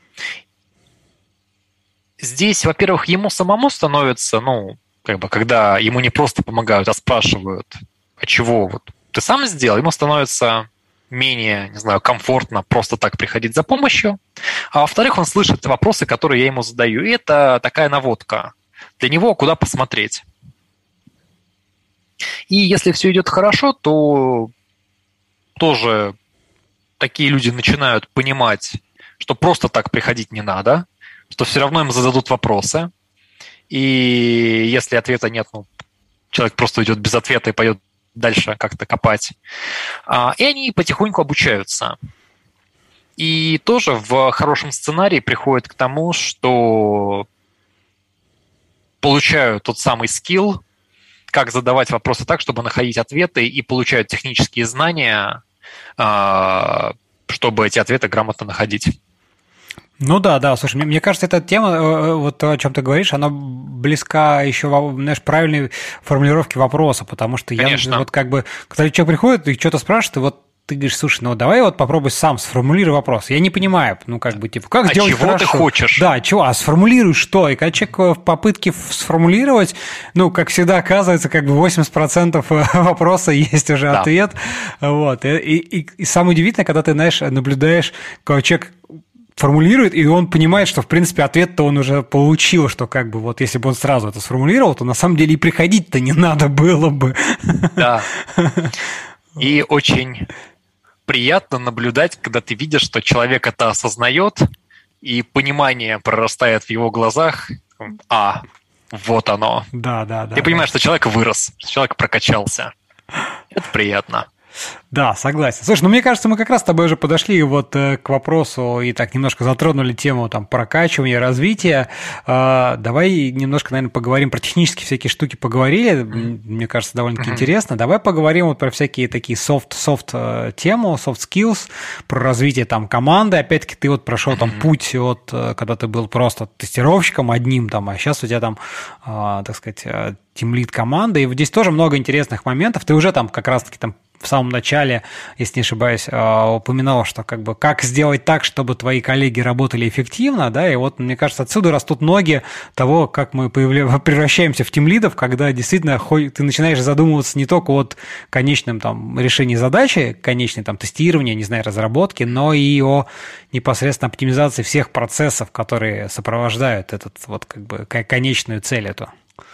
Здесь, во-первых, ему самому становится, ну, как бы, когда ему не просто помогают, а спрашивают, а чего вот ты сам сделал, ему становится менее, не знаю, комфортно просто так приходить за помощью. А во-вторых, он слышит вопросы, которые я ему задаю. И это такая наводка для него, куда посмотреть. И если все идет хорошо, то тоже такие люди начинают понимать, что просто так приходить не надо, что все равно им зададут вопросы. И если ответа нет, ну, человек просто идет без ответа и пойдет дальше как-то копать. И они потихоньку обучаются. И тоже в хорошем сценарии приходят к тому, что получают тот самый скилл, как задавать вопросы так, чтобы находить ответы, и получают технические знания, чтобы эти ответы грамотно находить. Ну да, да, слушай, мне, мне кажется, эта тема, вот то, о чем ты говоришь, она близка еще, знаешь, правильной формулировке вопроса, потому что Конечно. я вот как бы, когда человек приходит и что-то спрашивает, и вот ты говоришь, слушай, ну давай вот попробуй сам сформулируй вопрос. Я не понимаю, ну как бы, типа, как а сделать чего хорошо? ты хочешь? Да, чего, а сформулируй что? И когда человек в попытке сформулировать, ну, как всегда оказывается, как бы восемьдесят процентов вопроса есть уже да. ответ. Вот. И, и, и самое удивительное, когда ты, знаешь, наблюдаешь, когда человек формулирует, и он понимает, что, в принципе, ответ-то он уже получил, что как бы вот если бы он сразу это сформулировал, то на самом деле и приходить-то не надо было бы. Да. И очень приятно наблюдать, когда ты видишь, что человек это осознает, и понимание прорастает в его глазах. А, вот оно. Да, да, да. Ты понимаешь, да. что человек вырос, что человек прокачался. Это приятно. Да, согласен. Слушай, ну мне кажется, мы как раз с тобой уже подошли вот э, к вопросу и так немножко затронули тему там прокачивания, развития. Э, давай немножко, наверное, поговорим про технические всякие штуки, поговорили. Mm-hmm. Мне кажется, довольно-таки mm-hmm. интересно. Давай поговорим вот про всякие такие софт-софт тему, soft skills, про развитие там команды. Опять-таки ты вот прошел mm-hmm. там путь от, когда ты был просто тестировщиком одним там, а сейчас у тебя там, э, так сказать, тимлид команды. И вот здесь тоже много интересных моментов. Ты уже там как раз-таки там в самом начале, если не ошибаюсь, упоминал, что как бы как сделать так, чтобы твои коллеги работали эффективно, да, и вот, мне кажется, отсюда растут ноги того, как мы появля... превращаемся в тимлидов, когда действительно ты начинаешь задумываться не только о конечном там решении задачи, конечной там тестировании, не знаю, разработки, но и о непосредственно оптимизации всех процессов, которые сопровождают этот вот как бы конечную цель эту.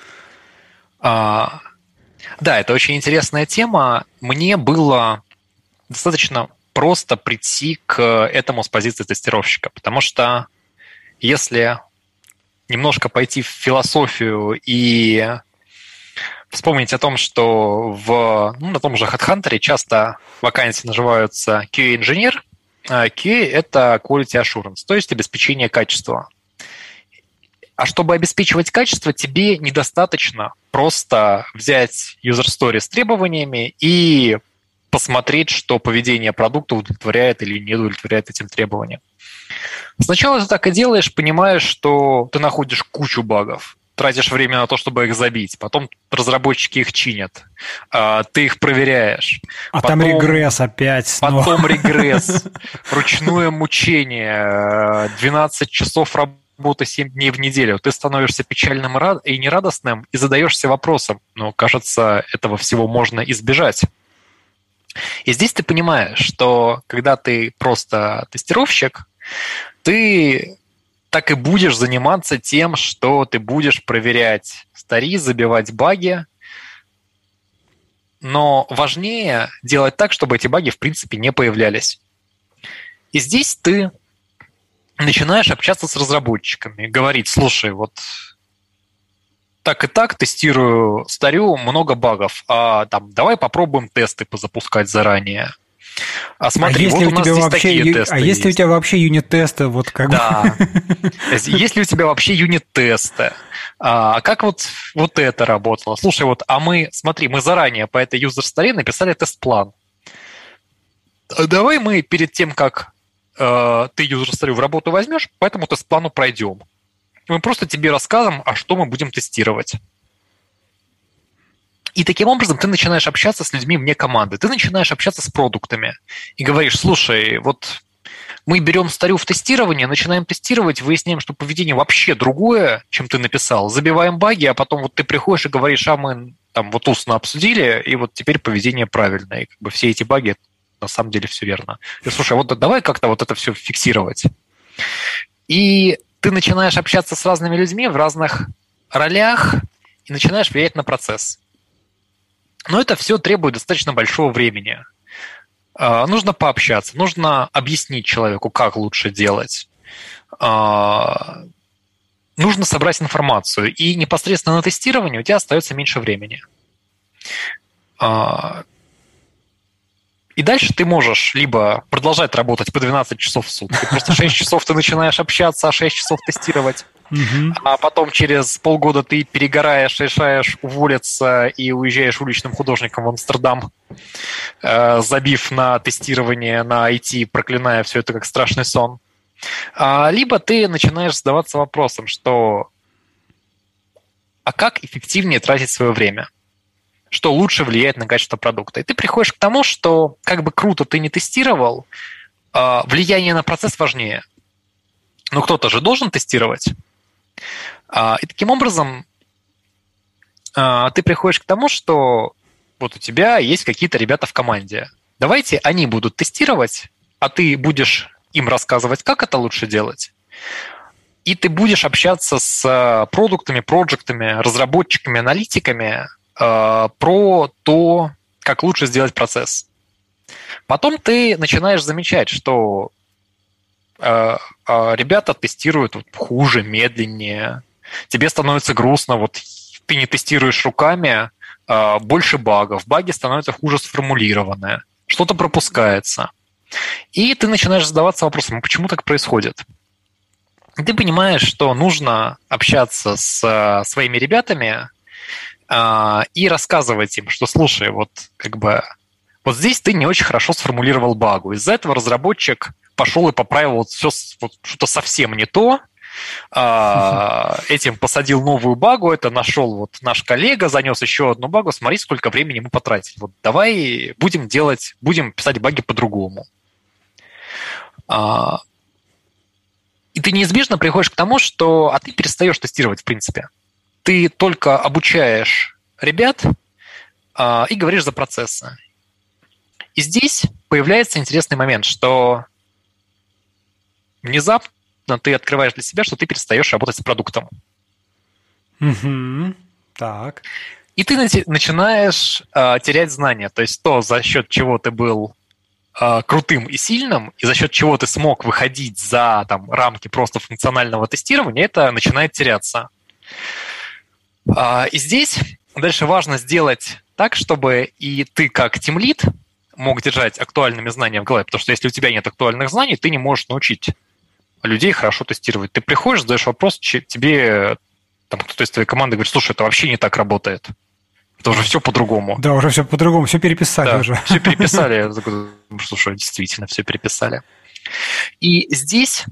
А... Да, это очень интересная тема. Мне было достаточно просто прийти к этому с позиции тестировщика, потому что если немножко пойти в философию и вспомнить о том, что в, ну, на том же HeadHunter часто вакансии называются кью эй-инженер, а кью эй – это Quality Assurance, то есть обеспечение качества. А чтобы обеспечивать качество, тебе недостаточно просто взять user story с требованиями и посмотреть, что поведение продукта удовлетворяет или не удовлетворяет этим требованиям. Сначала ты так и делаешь, понимаешь, что ты находишь кучу багов, тратишь время на то, чтобы их забить, потом разработчики их чинят, ты их проверяешь. А потом, там регресс опять снова. Потом регресс, ручное мучение, двенадцать часов работы, работа семь дней в неделю, ты становишься печальным и нерадостным и задаешься вопросом, ну, кажется, этого всего можно избежать. И здесь ты понимаешь, что когда ты просто тестировщик, ты так и будешь заниматься тем, что ты будешь проверять стари, забивать баги, но важнее делать так, чтобы эти баги в принципе не появлялись. И здесь ты начинаешь общаться с разработчиками, говорить, слушай, вот так и так тестирую старю, много багов, а там давай попробуем тесты позапускать заранее. А смотри, а вот у нас здесь вообще, такие ю... тесты А есть ли у тебя вообще юнит-тесты? Вот как да. Есть ли у тебя вообще юнит-тесты? А как вот, вот это работало? Слушай, вот, а мы, смотри, мы заранее по этой юзер-сторе написали тест-план. Давай мы перед тем, как ты юзер-сторию в работу возьмешь, по этому тест-плану пройдем. Мы просто тебе расскажем, а что мы будем тестировать. И таким образом ты начинаешь общаться с людьми вне команды. Ты начинаешь общаться с продуктами и говоришь, слушай, вот мы берем старю в тестирование, начинаем тестировать, выясняем, что поведение вообще другое, чем ты написал, забиваем баги, а потом вот ты приходишь и говоришь, а мы там вот устно обсудили, и вот теперь поведение правильное. И как бы все эти баги на самом деле все верно. И, слушай, вот давай как-то вот это все фиксировать. И ты начинаешь общаться с разными людьми в разных ролях и начинаешь влиять на процесс. Но это все требует достаточно большого времени. Uh, нужно пообщаться, нужно объяснить человеку, как лучше делать. Uh, нужно собрать информацию. И непосредственно на тестировании у тебя остается меньше времени. Uh, И дальше ты можешь либо продолжать работать по двенадцать часов в сутки, просто шесть часов ты начинаешь общаться, а шесть часов тестировать, mm-hmm. а потом через полгода ты перегораешь, решаешь уволиться и уезжаешь уличным художником в Амстердам, забив на тестирование, на ай ти, проклиная все это как страшный сон. Либо ты начинаешь задаваться вопросом, что а как эффективнее тратить свое время? Что лучше влияет на качество продукта. И ты приходишь к тому, что как бы круто ты не тестировал, влияние на процесс важнее. Но кто-то же должен тестировать. И таким образом ты приходишь к тому, что вот у тебя есть какие-то ребята в команде. Давайте они будут тестировать, а ты будешь им рассказывать, как это лучше делать. И ты будешь общаться с продуктами, проектами, разработчиками, аналитиками про то, как лучше сделать процесс. Потом ты начинаешь замечать, что э, э, ребята тестируют хуже, медленнее. Тебе становится грустно, вот ты не тестируешь руками, больше багов, баги становятся хуже сформулированы, что-то пропускается. И ты начинаешь задаваться вопросом, почему так происходит? Ты понимаешь, что нужно общаться с своими ребятами и рассказывать им, что, слушай, вот как бы вот здесь ты не очень хорошо сформулировал багу. Из-за этого разработчик пошел и поправил вот все вот, что-то совсем не то, этим посадил новую багу, это нашел вот наш коллега, занес еще одну багу, смотри, сколько времени мы потратили. Вот давай будем делать, будем писать баги по-другому. И ты неизбежно приходишь к тому, что а ты перестаешь тестировать, в принципе. Ты только обучаешь ребят и говоришь за процессы. И здесь появляется интересный момент, что внезапно ты открываешь для себя, что ты перестаешь работать с продуктом. Угу. Так. И ты начинаешь э, терять знания. То есть то, за счет чего ты был э, крутым и сильным, и за счет чего ты смог выходить за там, рамки просто функционального тестирования, это начинает теряться. Э, и здесь дальше важно сделать так, чтобы и ты как тимлид мог держать актуальными знаниями в голове, потому что если у тебя нет актуальных знаний, ты не можешь научить людей хорошо тестировать. Ты приходишь, задаешь вопрос, тебе там кто-то из твоей команды говорит, слушай, это вообще не так работает. Это уже все по-другому. Да, уже все по-другому, все переписали да, уже. Все переписали. Я такой, слушай, действительно, все переписали. И здесь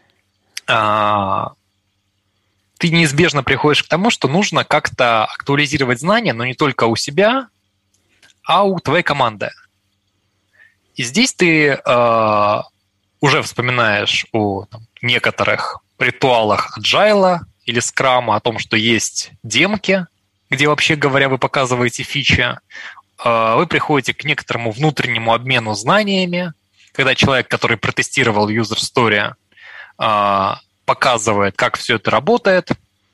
а, ты неизбежно приходишь к тому, что нужно как-то актуализировать знания, но не только у себя, а у твоей команды. И здесь ты а, уже вспоминаешь о там, некоторых ритуалах Agile или Scrum, о том, что есть демки, где, вообще говоря, вы показываете фичи. Вы приходите к некоторому внутреннему обмену знаниями, когда человек, который протестировал user story, показывает, как все это работает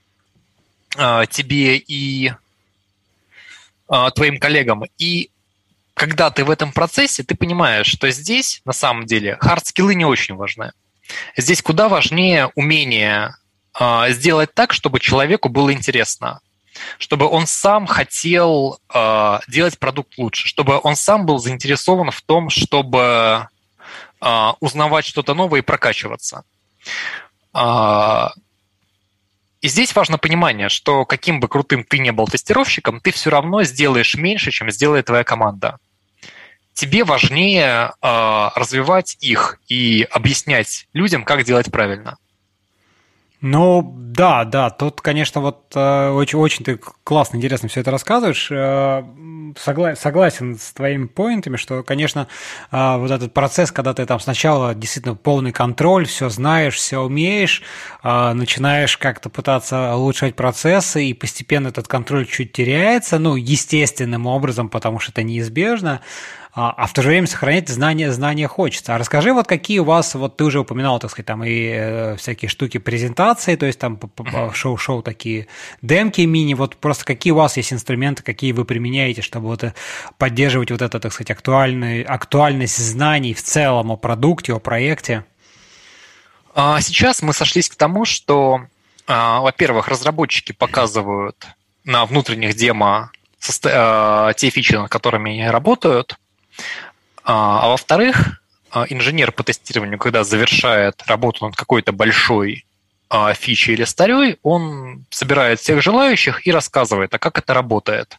тебе и твоим коллегам. И когда ты в этом процессе, ты понимаешь, что здесь, на самом деле, хард-скиллы не очень важны. Здесь куда важнее умение э, сделать так, чтобы человеку было интересно, чтобы он сам хотел э, делать продукт лучше, чтобы он сам был заинтересован в том, чтобы э, узнавать что-то новое и прокачиваться. Э, и здесь важно понимание, что каким бы крутым ты ни был тестировщиком, ты все равно сделаешь меньше, чем сделает твоя команда. Тебе важнее э, развивать их и объяснять людям, как делать правильно. Ну, да, да, тут, конечно, вот э, очень, очень ты классно, интересно все это рассказываешь. Э, согла- согласен с твоими поинтами, что, конечно, э, вот этот процесс, когда ты там сначала действительно полный контроль, все знаешь, все умеешь, э, начинаешь как-то пытаться улучшать процессы, и постепенно этот контроль чуть теряется, ну, естественным образом, потому что это неизбежно. А в то же время сохранять знания, знания хочется. А расскажи, вот какие у вас, вот ты уже упоминал, так сказать, там и э, всякие штуки презентации, то есть там шоу-шоу такие, демки мини, вот просто какие у вас есть инструменты, какие вы применяете, чтобы вот поддерживать вот это, так сказать, актуальный, актуальность знаний в целом о продукте, о проекте? Сейчас мы сошлись к тому, что, во-первых, разработчики показывают на внутренних демо те фичи, над которыми они работают, а во-вторых, инженер по тестированию, когда завершает работу над какой-то большой фичей или старей, он собирает всех желающих и рассказывает, а как это работает.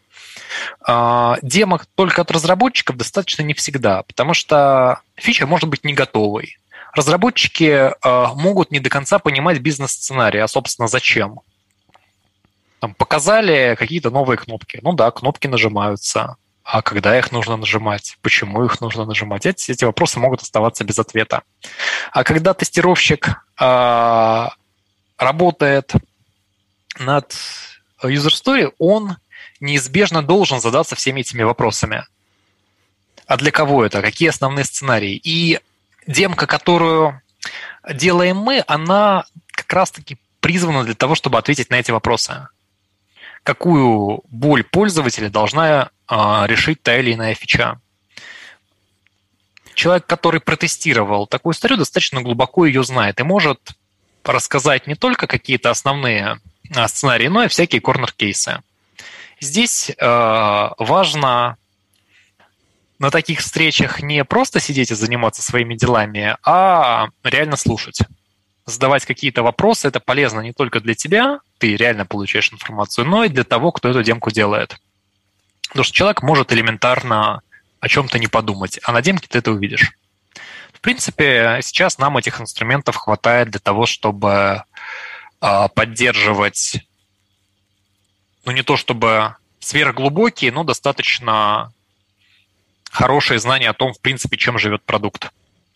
Демок только от разработчиков достаточно не всегда, потому что фича может быть не готовой. Разработчики могут не до конца понимать бизнес-сценарий, а, собственно, зачем. Там показали какие-то новые кнопки. Ну да, кнопки нажимаются. А когда их нужно нажимать? Почему их нужно нажимать? Эти, эти вопросы могут оставаться без ответа. А когда тестировщик э, работает над user story, он неизбежно должен задаться всеми этими вопросами. А для кого это? Какие основные сценарии? И демка, которую делаем мы, она как раз-таки призвана для того, чтобы ответить на эти вопросы. Какую боль пользователя должна а, решить та или иная фича. Человек, который протестировал такую историю, достаточно глубоко ее знает и может рассказать не только какие-то основные а, сценарии, но и всякие корнер-кейсы. Здесь э, важно на таких встречах не просто сидеть и заниматься своими делами, а реально слушать. Задавать какие-то вопросы, это полезно не только для тебя, ты реально получаешь информацию, но и для того, кто эту демку делает. Потому что человек может элементарно о чем-то не подумать, а на демке ты это увидишь. В принципе, сейчас нам этих инструментов хватает для того, чтобы э, поддерживать, ну не то чтобы сверхглубокие, но достаточно хорошие знания о том, в принципе, чем живет продукт.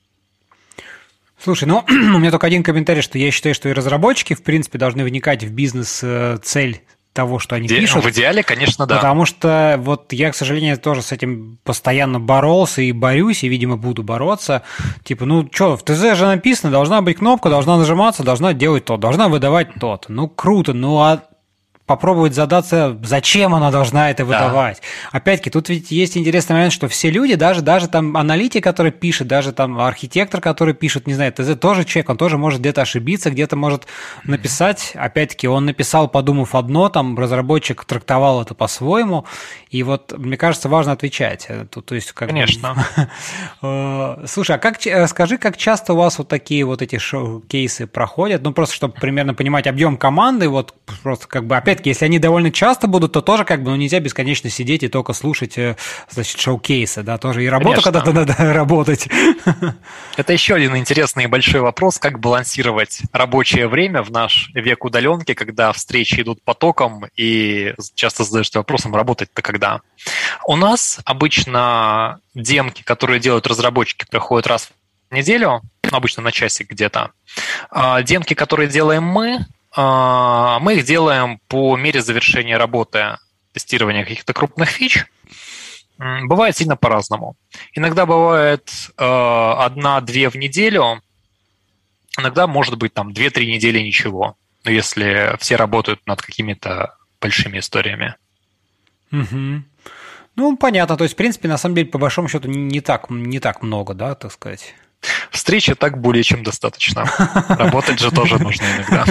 Слушай, ну, у меня только один комментарий, что я считаю, что и разработчики, в принципе, должны вникать в бизнес-цель того, что они Де- пишут. В идеале, конечно, да. Потому что вот я, к сожалению, тоже с этим постоянно боролся и борюсь, и, видимо, буду бороться. Типа, ну, что, в ТЗ же написано, должна быть кнопка, должна нажиматься, должна делать то, должна выдавать тот. Ну, круто, ну, а попробовать задаться, зачем она должна это выдавать. Да. Опять-таки, тут ведь есть интересный момент, что все люди, даже, даже там аналитик, который пишет, даже там архитектор, который пишет, не знаю, ТЗ тоже человек, он тоже может где-то ошибиться, где-то может написать. Опять-таки, он написал, подумав одно, там разработчик трактовал это по-своему, и вот, мне кажется, важно отвечать. То, то есть, как Конечно. Слушай, а как, скажи, как часто у вас вот такие вот эти шоу-кейсы проходят? Ну, просто, чтобы примерно понимать объем команды, вот просто как бы опять если они довольно часто будут, то тоже как бы ну, нельзя бесконечно сидеть и только слушать, значит, шоу-кейсы, да, тоже и работу Конечно. когда-то надо работать. Это еще один интересный и большой вопрос, как балансировать рабочее время в наш век удаленки, когда встречи идут потоком, и часто задаешься вопросом, работать-то когда? У нас обычно демки, которые делают разработчики, проходят раз в неделю, обычно на часик где-то. Демки, которые делаем мы, мы их делаем по мере завершения работы, тестирования каких-то крупных фич. Бывает сильно по-разному. Иногда бывает одна-две в неделю, иногда может быть там две-три недели ничего, ну, если все работают над какими-то большими историями. Угу. Ну, понятно. То есть, в принципе, на самом деле, по большому счету, не так, не так много, да, так сказать. Встречи так более чем достаточно. Работать же тоже нужно иногда.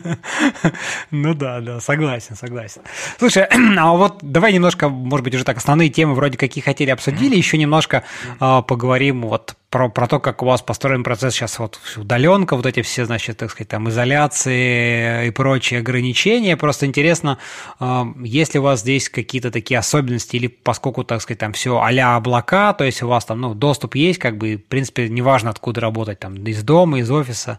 Ну да, да, согласен, согласен. Слушай, а вот давай немножко, может быть, уже так основные темы вроде какие хотели обсудили, еще немножко э, поговорим вот про, про то, как у вас построен процесс сейчас вот удаленка, вот эти все, значит, так сказать, там изоляции и прочие ограничения. Просто интересно, э, есть ли у вас здесь какие-то такие особенности или поскольку, так сказать, там все а-ля облака, то есть у вас там, ну, доступ есть, как бы, в принципе, неважно, откуда работать, там, из дома, из офиса.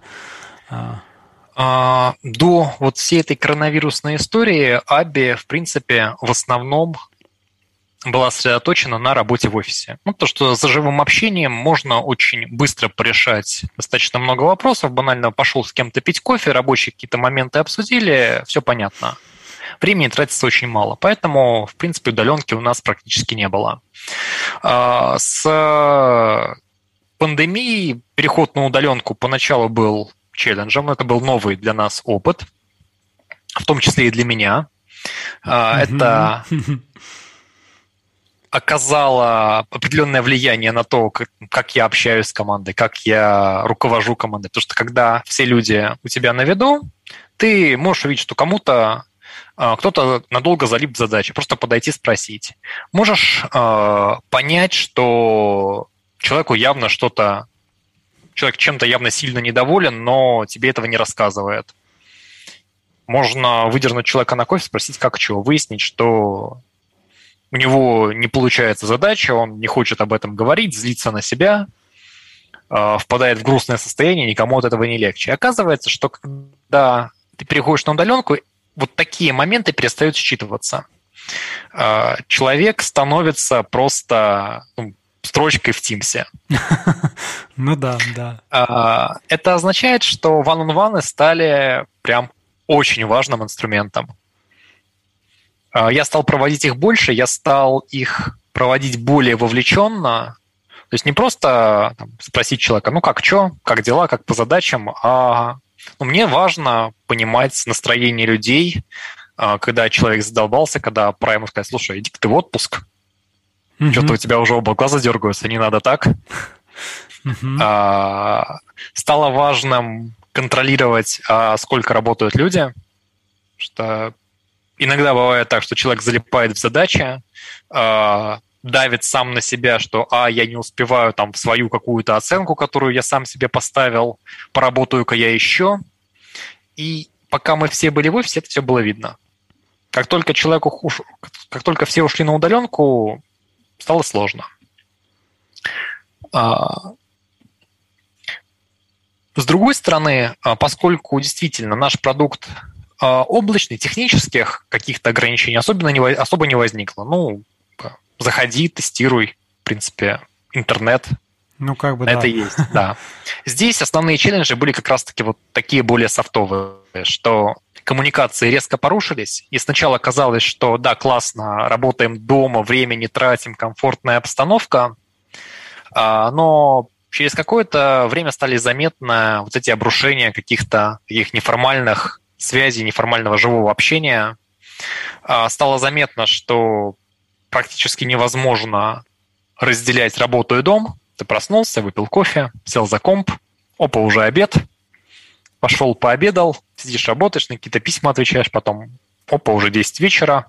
А, до вот всей этой коронавирусной истории Абби, в принципе, в основном была сосредоточена на работе в офисе. Ну, то, что за живым общением можно очень быстро порешать достаточно много вопросов. Банально пошел с кем-то пить кофе, рабочие какие-то моменты обсудили, все понятно. Времени тратится очень мало, поэтому, в принципе, удаленки у нас практически не было. А, с пандемией переход на удаленку поначалу был челленджем, это был новый для нас опыт, в том числе и для меня. Это оказало определенное влияние на то, как, как я общаюсь с командой, как я руковожу командой. Потому что когда все люди у тебя на виду, ты можешь увидеть, что кому-то кто-то надолго залип в задачи, просто подойти спросить. Можешь э, понять, что человеку явно что-то, человек чем-то явно сильно недоволен, но тебе этого не рассказывает. Можно выдернуть человека на кофе, спросить, как чего, выяснить, что у него не получается задача, он не хочет об этом говорить, злится на себя, э, впадает в грустное состояние, никому от этого не легче. И оказывается, что когда ты переходишь на удаленку, вот такие моменты перестают считываться. Э, человек становится просто ну, строчкой в Тимсе. Ну да, да. Э, это означает, что one-on-one стали прям очень важным инструментом. Я стал проводить их больше, я стал их проводить более вовлеченно. То есть не просто там, спросить человека, ну как, что, как дела, как по задачам, а ну, мне важно понимать настроение людей, когда человек задолбался, когда пора ему сказать, слушай, иди ты в отпуск, mm-hmm. что-то у тебя уже оба глаза дергаются, не надо так. Mm-hmm. А, стало важным контролировать, а сколько работают люди, что иногда бывает так, что человек залипает в задачи, э, давит сам на себя, что «а, я не успеваю там в свою какую-то оценку, которую я сам себе поставил, поработаю-ка я еще». И пока мы все были в офисе, это все было видно. Как только человеку уш... как только все ушли на удаленку, стало сложно. С другой стороны, поскольку действительно наш продукт облачный, технических каких-то ограничений особенно не, особо не возникло. Ну, заходи, тестируй, в принципе, интернет. Ну, как бы, да. Это есть, да. Здесь основные челленджи были как раз-таки вот такие более софтовые, что коммуникации резко порушились, и сначала казалось, что да, классно, работаем дома, время не тратим, комфортная обстановка, но через какое-то время стали заметны вот эти обрушения каких-то таких неформальных связей, неформального живого общения. Стало заметно, что практически невозможно разделять работу и дом. Ты проснулся, выпил кофе, сел за комп, опа, уже обед, пошел пообедал, сидишь, работаешь, на какие-то письма отвечаешь, потом опа, уже десять вечера.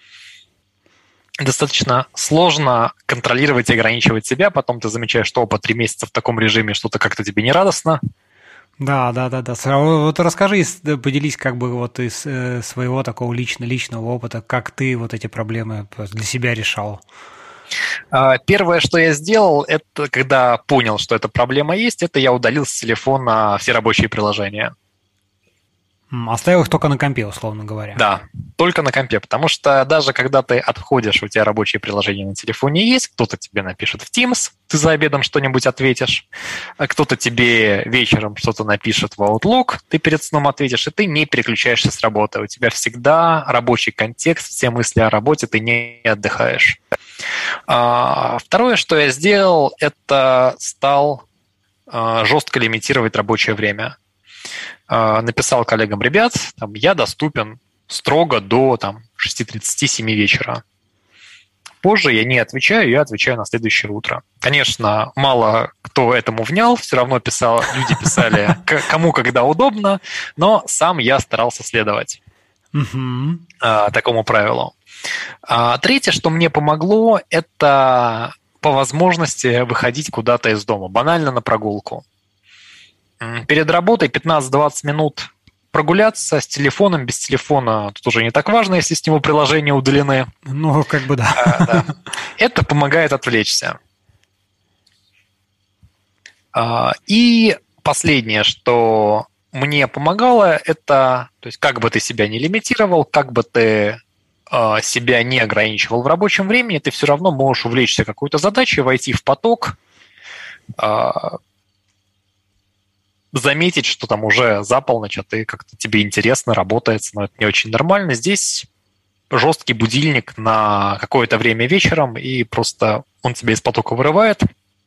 Достаточно сложно контролировать и ограничивать себя, потом ты замечаешь, что опа, три месяца в таком режиме что-то как-то тебе не радостно. Да, да, да, да. Вот расскажи, поделись как бы вот из своего такого лично, личного опыта, как ты вот эти проблемы для себя решал. Первое, что я сделал, это когда понял, что эта проблема есть, это я удалил с телефона все рабочие приложения. Оставил их только на компе, условно говоря. Да, только на компе, потому что даже когда ты отходишь, у тебя рабочие приложения на телефоне есть, кто-то тебе напишет в Teams, ты за обедом что-нибудь ответишь, кто-то тебе вечером что-то напишет в Outlook, ты перед сном ответишь, и ты не переключаешься с работы. У тебя всегда рабочий контекст, все мысли о работе, ты не отдыхаешь. Второе, что я сделал, это стал жестко лимитировать рабочее время. Написал коллегам: ребят, там, я доступен строго до там, шесть тридцать семь вечера. Позже я не отвечаю, я отвечаю на следующее утро. Конечно, мало кто этому внял, все равно писал, люди писали, кому когда удобно, но сам я старался следовать угу. такому правилу. Третье, что мне помогло, это по возможности выходить куда-то из дома, банально на прогулку. Перед работой пятнадцать-двадцать минут прогуляться с телефоном, без телефона тут уже не так важно, если с него приложения удалены. Ну, как бы да. А, да. Это помогает отвлечься. А, и последнее, что мне помогало, это, то есть как бы ты себя не лимитировал, как бы ты а, себя не ограничивал в рабочем времени, ты все равно можешь увлечься какой-то задачей, войти в поток, а, заметить, что там уже за полночь, а ты как-то тебе интересно, работается, но это не очень нормально. Здесь жесткий будильник на какое-то время вечером, и просто он тебя из потока вырывает,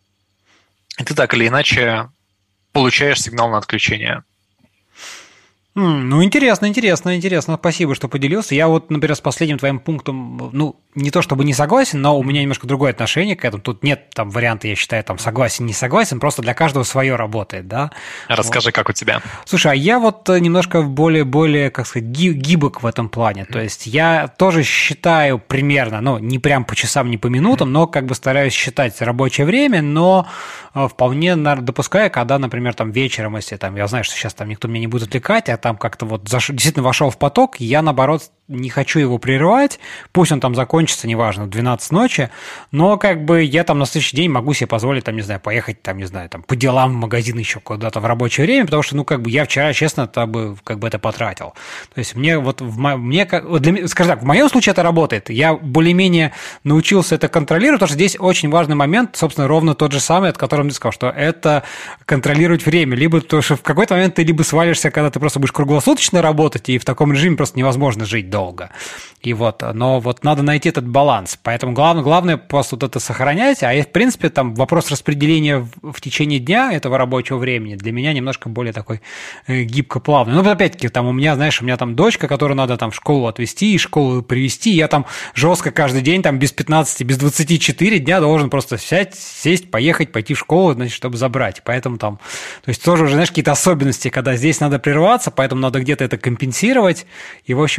и ты так или иначе получаешь сигнал на отключение. Mm, ну, интересно, интересно, интересно. Спасибо, что поделился. Я вот, например, с последним твоим пунктом, ну, не то чтобы не согласен, но у меня немножко другое отношение к этому. Тут нет там варианта, я считаю, там согласен, не согласен, просто для каждого свое работает, да. Расскажи, вот. Как у тебя? Слушай, а я вот немножко более, более, как сказать, гибок в этом плане. То есть я тоже считаю примерно, ну, не прям по часам, не по минутам, но как бы стараюсь считать рабочее время, но вполне допускаю, когда, например, там вечером, если там я знаю, что сейчас там никто меня не будет отвлекать, а там как-то вот заш... действительно вошел в поток, я, наоборот, не хочу его прерывать, пусть он там закончится, неважно, в двенадцать ночи, но как бы я там на следующий день могу себе позволить, там, не знаю, поехать, там, не знаю, там, по делам в магазин еще куда-то в рабочее время, потому что, ну, как бы я вчера, честно, это бы, как бы это потратил. То есть мне вот, в мо... мне, вот для... скажем так, в моем случае это работает, я более-менее научился это контролировать, потому что здесь очень важный момент, собственно, ровно тот же самый, от которого ты сказал, что это контролировать время, либо то, что в какой-то момент ты либо свалишься, когда ты просто будешь круглосуточно работать, и в таком режиме просто невозможно жить долго. И вот, но вот надо найти этот баланс. Поэтому главное, главное просто вот это сохранять. А в принципе, там вопрос распределения в, в течение дня этого рабочего времени для меня немножко более такой э, гибко-плавный. Ну, опять-таки, там у меня, знаешь, у меня там дочка, которую надо там в школу отвезти, и школу привезти. Я там жестко каждый день, там без пятнадцати, без двадцати четыре дня должен просто сядь, сесть, поехать, пойти в школу, значит, чтобы забрать. Поэтому там, то есть тоже уже, знаешь, какие-то особенности, когда здесь надо прерваться, поэтому надо где-то это компенсировать. И, в общем, немножко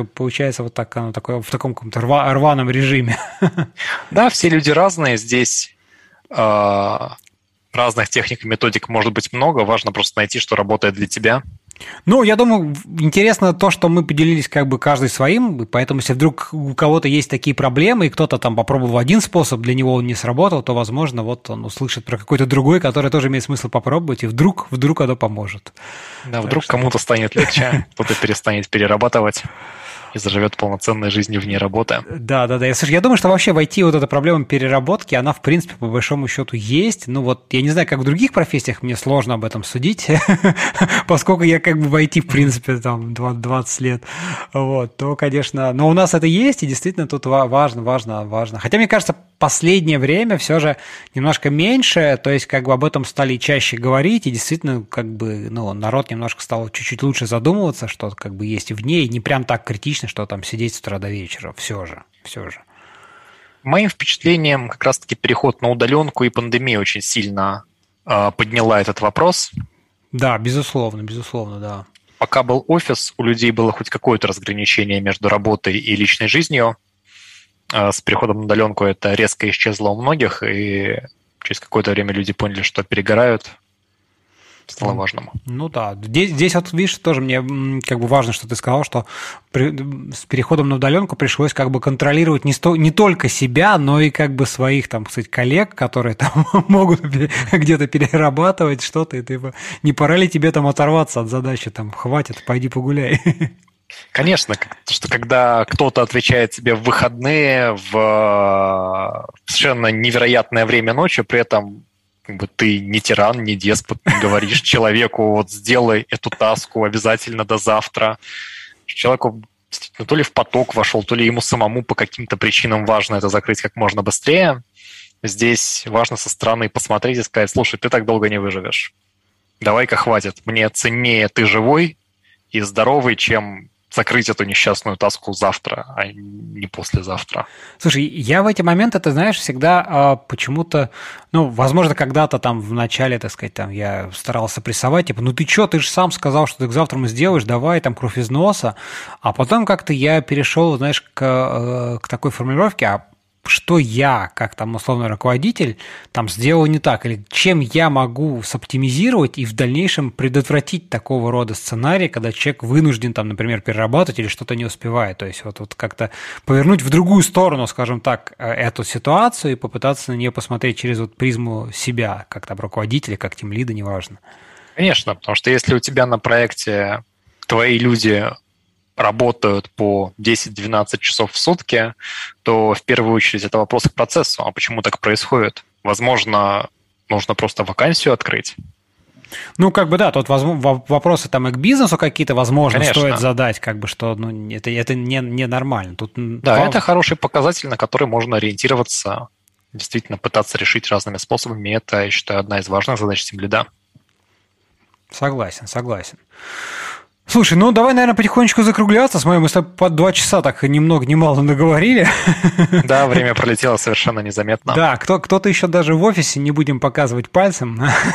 немножко получается вот так, оно такое, в таком каком-то рва, рваном режиме. Да, все люди разные, здесь э, разных техник и методик может быть много, важно просто найти, что работает для тебя. Ну, я думаю, интересно то, что мы поделились как бы каждый своим, поэтому если вдруг у кого-то есть такие проблемы, и кто-то там попробовал один способ, для него он не сработал, то, возможно, вот он услышит про какой-то другой, который тоже имеет смысл попробовать, и вдруг, вдруг оно поможет. Да, вдруг что... кому-то станет легче, кто-то перестанет перерабатывать и заживет полноценной жизнью вне работы. Да, да, да. Я, слушай, я думаю, что вообще в ай ти вот эта проблема переработки, она, в принципе, по большому счету есть. Ну вот, я не знаю, как в других профессиях, мне сложно об этом судить, поскольку я как бы в ай ти, в принципе, там двадцать лет. Вот, то, конечно, но у нас это есть, и действительно тут важно, важно, важно. Хотя, мне кажется, последнее время все же немножко меньше, то есть как бы об этом стали чаще говорить, и действительно как бы, ну, народ немножко стал чуть-чуть лучше задумываться, что как бы есть в ней, не прям так критично, что там сидеть с утра до вечера, все же, все же. Моим впечатлением как раз-таки переход на удаленку и пандемия очень сильно э, подняла этот вопрос. Да, безусловно, безусловно, да. Пока был офис, у людей было хоть какое-то разграничение между работой и личной жизнью. Э, с переходом на удаленку это резко исчезло у многих, и через какое-то время люди поняли, что перегорают. Стало важным. Ну да, здесь, здесь вот, видишь, тоже мне как бы важно, что ты сказал, что при, с переходом на удаленку пришлось как бы контролировать не, сто, не только себя, но и как бы своих, там, кстати, коллег, которые там могут где-то перерабатывать что-то, и ты, не пора ли тебе там оторваться от задачи, там, хватит, пойди погуляй. Конечно, что когда кто-то отвечает тебе в выходные, в совершенно невероятное время ночи, при этом как бы ты не тиран, не деспот, не говоришь человеку, вот сделай эту таску обязательно до завтра. Человеку действительно то ли в поток вошел, то ли ему самому по каким-то причинам важно это закрыть как можно быстрее. Здесь важно со стороны посмотреть и сказать: слушай, ты так долго не выживешь. Давай-ка хватит. Мне ценнее ты живой и здоровый, чем закрыть эту несчастную таску завтра, а не послезавтра. Слушай, я в эти моменты, ты знаешь, всегда а, почему-то, ну, возможно, когда-то там в начале, так сказать, там я старался прессовать, типа, ну ты чё, ты же сам сказал, что ты завтра мы сделаешь, давай, там, кровь из носа. А потом как-то я перешел, знаешь, к, к такой формулировке, а что я, как там условный руководитель, там сделал не так, или чем я могу соптимизировать и в дальнейшем предотвратить такого рода сценарий, когда человек вынужден, там, например, перерабатывать или что-то не успевает. То есть вот, вот как-то повернуть в другую сторону, скажем так, эту ситуацию и попытаться на нее посмотреть через вот призму себя, как там руководителя, как тимлида, неважно. Конечно, потому что если у тебя на проекте твои люди работают по десять-двенадцать часов в сутки, то в первую очередь это вопрос к процессу. А почему так происходит? Возможно, нужно просто вакансию открыть. Ну, как бы да, тут вопросы там и к бизнесу какие-то, возможно, Конечно. Стоит задать, как бы, что ну, это, это не, не нормально. Тут да, важно. Это хороший показатель, на который можно ориентироваться, действительно пытаться решить разными способами. И это, я считаю, одна из важных задач тимлида. Согласен, согласен. Слушай, ну давай, наверное, потихонечку закругляться. Смотри, мы с тобой по два часа так ни много ни мало наговорили. Да, время пролетело совершенно незаметно. Да, кто, кто-то еще даже в офисе, не будем показывать пальцем.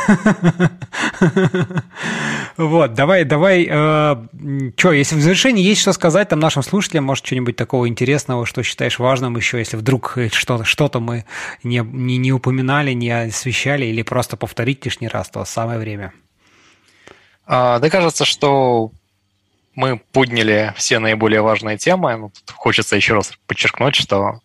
Вот, давай, давай, э, что, если в завершении есть что сказать там нашим слушателям, может, что-нибудь такого интересного, что считаешь важным еще, если вдруг что-то, что-то мы не, не, не упоминали, не освещали, или просто повторить лишний раз, то самое время. А, да, кажется, что мы подняли все наиболее важные темы. Ну, тут хочется еще раз подчеркнуть, что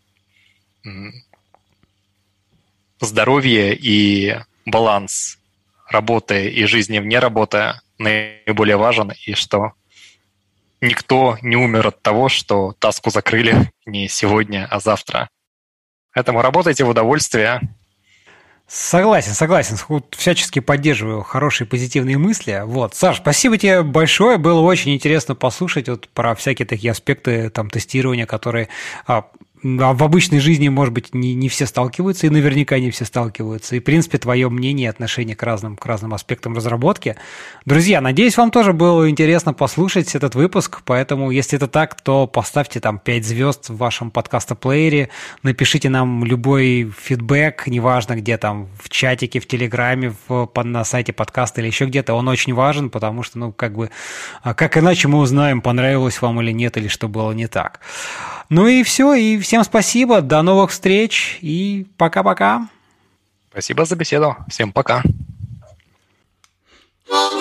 здоровье и баланс работы и жизни вне работы наиболее важен, и что никто не умер от того, что таску закрыли не сегодня, а завтра. Поэтому работайте в удовольствие. Согласен, согласен. Всячески поддерживаю хорошие позитивные мысли. Вот. Саш, спасибо тебе большое. Было очень интересно послушать вот про всякие такие аспекты там, тестирования, которые а, А в обычной жизни, может быть, не, не все сталкиваются, и наверняка не все сталкиваются. И, в принципе, твое мнение и отношение к разным, к разным аспектам разработки. Друзья, надеюсь, вам тоже было интересно послушать этот выпуск, поэтому, если это так, то поставьте там пять звезд в вашем подкаст-плеере, напишите нам любой фидбэк, неважно где там, в чатике, в Телеграме, в, на сайте подкаста или еще где-то. Он очень важен, потому что, ну, как бы, как иначе мы узнаем, понравилось вам или нет, или что было не так. Ну и все, и всем спасибо, до новых встреч, и пока-пока. Спасибо за беседу, всем пока.